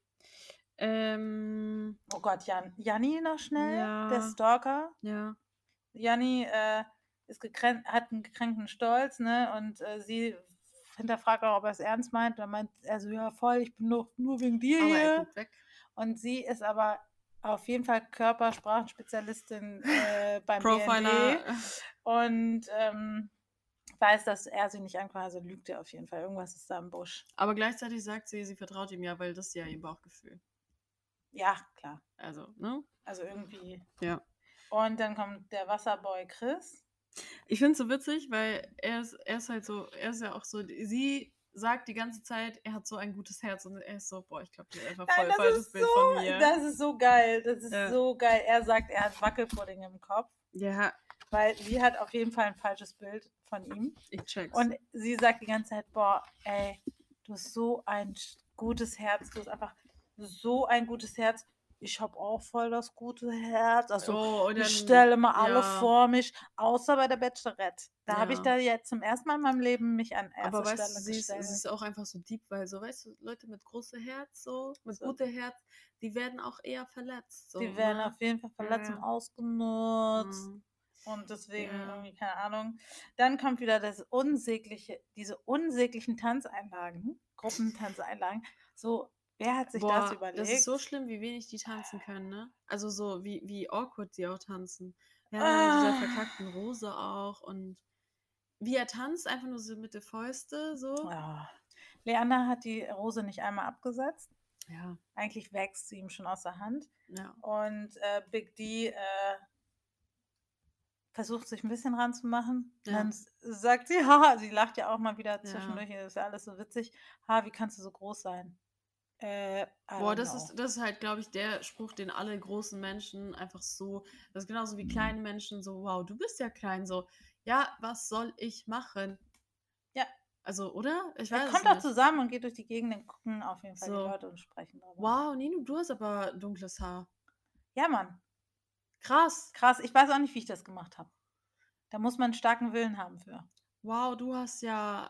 [SPEAKER 2] Oh Gott, Janni noch schnell, der Stalker.
[SPEAKER 1] Ja.
[SPEAKER 2] Janni hat einen gekränkten Stolz, ne? Und sie hinterfragt auch, ob er es ernst meint. Dann meint er so, ja voll, ich bin doch nur wegen dir
[SPEAKER 1] aber
[SPEAKER 2] hier.
[SPEAKER 1] Er guckt weg.
[SPEAKER 2] Und sie ist aber auf jeden Fall Körpersprachenspezialistin beim
[SPEAKER 1] Profiler.
[SPEAKER 2] BND und weiß, dass er sie nicht ankommt, also lügt er auf jeden Fall. Irgendwas ist da im Busch.
[SPEAKER 1] Aber gleichzeitig sagt sie vertraut ihm ja, weil das ist ja ihr Bauchgefühl.
[SPEAKER 2] Ja, klar.
[SPEAKER 1] Also, ne?
[SPEAKER 2] Also irgendwie.
[SPEAKER 1] Ja.
[SPEAKER 2] Und dann kommt der Wasserboy Chris.
[SPEAKER 1] Ich finde es so witzig, weil er ist halt so, er ist ja auch so, sie sagt die ganze Zeit, er hat so ein gutes Herz und er ist so, boah, ich glaube, das ist einfach voll falsches Bild von mir.
[SPEAKER 2] Das ist so geil, das ist so geil. Er sagt, er hat Wackelpudding im Kopf.
[SPEAKER 1] Ja.
[SPEAKER 2] Weil sie hat auf jeden Fall ein falsches Bild von ihm.
[SPEAKER 1] Ich check's.
[SPEAKER 2] Und sie sagt die ganze Zeit, boah, ey, du hast so ein gutes Herz, du hast einfach so ein gutes Herz. Ich habe auch voll das gute Herz. Also ich stelle mal alle vor mich, außer bei der Bachelorette. Da habe ich da jetzt zum ersten Mal in meinem Leben mich an erster Stelle gestellt.
[SPEAKER 1] Sie ist auch einfach so deep, weil so, weißt du, Leute mit großem Herz, mit gutem Herz, die werden auch eher verletzt. So,
[SPEAKER 2] die werden auf jeden Fall verletzt und ausgenutzt. Und deswegen irgendwie, keine Ahnung. Dann kommt wieder diese unsäglichen Tanzeinlagen, Gruppentanzeinlagen. So, wer hat sich das überlegt?
[SPEAKER 1] Das ist so schlimm, wie wenig die tanzen können, ne? Also so, wie awkward sie auch tanzen. Ja, mit dieser verkackten Rose auch und wie er tanzt, einfach nur so mit der Fäuste, so.
[SPEAKER 2] Ja. Leander hat die Rose nicht einmal abgesetzt.
[SPEAKER 1] Ja.
[SPEAKER 2] Eigentlich wächst sie ihm schon aus der Hand.
[SPEAKER 1] Ja.
[SPEAKER 2] Und Big D versucht sich ein bisschen ranzumachen. Ja. Dann sagt sie, haha, sie lacht ja auch mal wieder zwischendurch, das ist ja alles so witzig. Ha, wie kannst du so groß sein?
[SPEAKER 1] Das ist halt, glaube ich, der Spruch, den alle großen Menschen einfach so, das ist genauso wie kleine Menschen so, wow, du bist ja klein, so, ja, was soll ich machen?
[SPEAKER 2] Ja.
[SPEAKER 1] Also, oder?
[SPEAKER 2] Ich weiß kommt doch zusammen und geht durch die Gegend und gucken auf jeden Fall die Leute und sprechen darüber.
[SPEAKER 1] Wow, Nino, du hast aber dunkles Haar.
[SPEAKER 2] Ja, Mann.
[SPEAKER 1] Krass.
[SPEAKER 2] Krass. Ich weiß auch nicht, wie ich das gemacht habe. Da muss man einen starken Willen haben für.
[SPEAKER 1] Wow, du hast ja...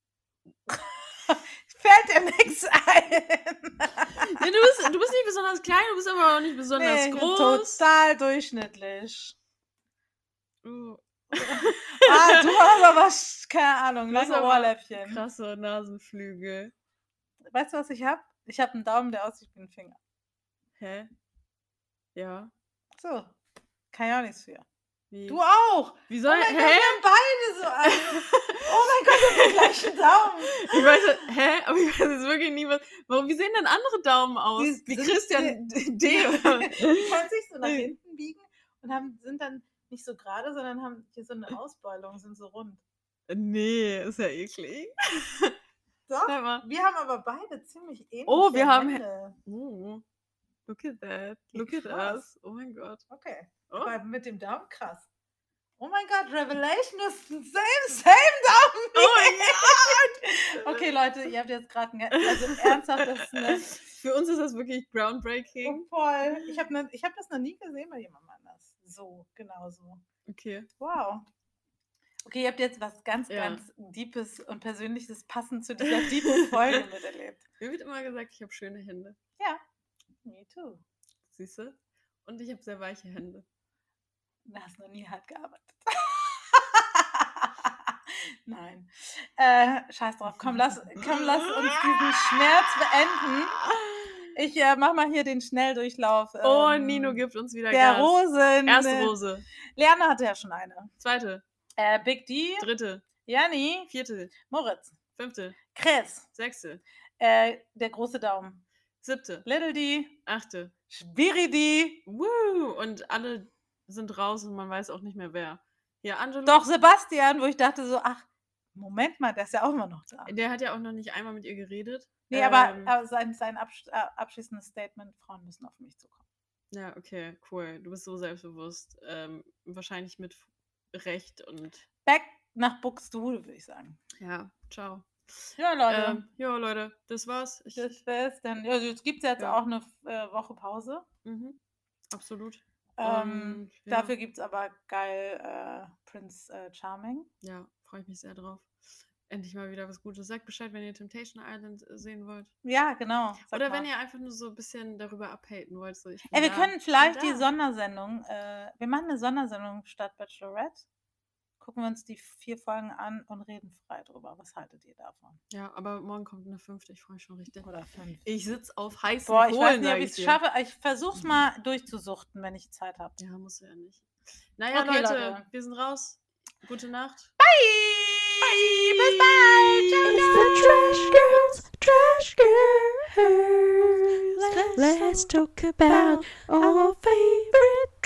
[SPEAKER 2] Fällt dir nichts ein.
[SPEAKER 1] Nee, du bist nicht besonders klein, du bist aber auch nicht besonders groß.
[SPEAKER 2] Total durchschnittlich.
[SPEAKER 1] Du
[SPEAKER 2] hast aber was, keine Ahnung, lange Ohrläppchen.
[SPEAKER 1] Krasse Nasenflügel.
[SPEAKER 2] Weißt du, was ich habe? Ich habe einen Daumen, der aussieht wie ein Finger.
[SPEAKER 1] Hä? Ja.
[SPEAKER 2] So. Kann ja auch nichts für.
[SPEAKER 1] Wie?
[SPEAKER 2] Du auch!
[SPEAKER 1] Wie soll
[SPEAKER 2] wir haben beide so einen. Oh mein Gott, wir haben den gleichen Daumen.
[SPEAKER 1] Ich weiß, aber ich weiß jetzt wirklich nie, wie sehen denn andere Daumen aus? Wie Christian D.
[SPEAKER 2] Die können sich so nach hinten biegen und sind dann nicht so gerade, sondern haben hier so eine Ausbeulung, sind so rund.
[SPEAKER 1] Nee, ist ja eklig.
[SPEAKER 2] Doch, wir haben aber beide ziemlich ähnliche
[SPEAKER 1] wir haben
[SPEAKER 2] Hände.
[SPEAKER 1] Look at that. Look at us. Oh mein Gott.
[SPEAKER 2] Okay. Aber mit dem Daumen krass. Oh mein Gott, Revelation ist same Daumen.
[SPEAKER 1] Oh mein Gott.
[SPEAKER 2] Okay, Leute, ihr habt jetzt gerade also ernsthaft, das ist
[SPEAKER 1] für uns ist das wirklich groundbreaking.
[SPEAKER 2] Oh, voll. Ich hab das noch nie gesehen bei jemandem anders. So, genau so.
[SPEAKER 1] Okay.
[SPEAKER 2] Wow. Okay, ihr habt jetzt was ganz Deepes und Persönliches passend zu dieser deepen Folge miterlebt.
[SPEAKER 1] Mir wird immer gesagt, ich habe schöne Hände.
[SPEAKER 2] Ja, me too.
[SPEAKER 1] Siehst du? Und ich habe sehr weiche Hände.
[SPEAKER 2] Du hast noch nie hart gearbeitet. Nein. Scheiß drauf. Komm, lass uns diesen Schmerz beenden. Ich mach mal hier den Schnelldurchlauf.
[SPEAKER 1] Nino gibt uns wieder
[SPEAKER 2] der
[SPEAKER 1] Gas.
[SPEAKER 2] Rosen.
[SPEAKER 1] Erste Rose.
[SPEAKER 2] Leanne hatte ja schon eine.
[SPEAKER 1] Zweite.
[SPEAKER 2] Big D.
[SPEAKER 1] Dritte.
[SPEAKER 2] Janni.
[SPEAKER 1] Vierte.
[SPEAKER 2] Moritz.
[SPEAKER 1] Fünfte.
[SPEAKER 2] Chris.
[SPEAKER 1] Sechste.
[SPEAKER 2] Der große Daumen.
[SPEAKER 1] Siebte.
[SPEAKER 2] Little D.
[SPEAKER 1] Achte.
[SPEAKER 2] Spiridi.
[SPEAKER 1] Woo! Und alle sind raus und man weiß auch nicht mehr wer. Ja, Angelo.
[SPEAKER 2] Doch, Sebastian, wo ich dachte so, ach, Moment mal, der ist ja auch immer noch da.
[SPEAKER 1] Der hat ja auch noch nicht einmal mit ihr geredet.
[SPEAKER 2] Nee, aber sein abschließendes Statement, Frauen müssen auf mich zukommen.
[SPEAKER 1] Ja, okay, cool. Du bist so selbstbewusst. Wahrscheinlich mit Recht und...
[SPEAKER 2] Back nach Buxtehude, würde ich sagen.
[SPEAKER 1] Ja, ciao.
[SPEAKER 2] Ja, Leute.
[SPEAKER 1] Leute, das war's.
[SPEAKER 2] Das wär's dann. Ja, jetzt gibt es jetzt auch eine Woche Pause.
[SPEAKER 1] Mhm. Absolut.
[SPEAKER 2] Dafür gibt es aber geil Prince Charming.
[SPEAKER 1] Ja, freue ich mich sehr drauf. Endlich mal wieder was Gutes. Sagt Bescheid, wenn ihr Temptation Island sehen wollt.
[SPEAKER 2] Ja, genau.
[SPEAKER 1] Oder wenn ihr einfach nur so ein bisschen darüber abhaten wollt. So,
[SPEAKER 2] wir können vielleicht die Sondersendung, wir machen eine Sondersendung statt Bachelorette. Gucken wir uns die 4 Folgen an und reden frei drüber. Was haltet ihr davon?
[SPEAKER 1] Ja, aber morgen kommt eine 5. Ich freue mich schon richtig.
[SPEAKER 2] Oder 5.
[SPEAKER 1] Ich sitze auf heißen
[SPEAKER 2] Kohlen.
[SPEAKER 1] Ich
[SPEAKER 2] weiß nicht, ob ich es schaffe. Ich versuche es mal durchzusuchten, wenn ich Zeit habe.
[SPEAKER 1] Ja, musst du ja nicht. Naja, okay, Leute, wir sind raus. Gute Nacht.
[SPEAKER 2] Bye!
[SPEAKER 1] Bye!
[SPEAKER 2] Bis bald!
[SPEAKER 3] Trash Girls. Let's talk about our favorite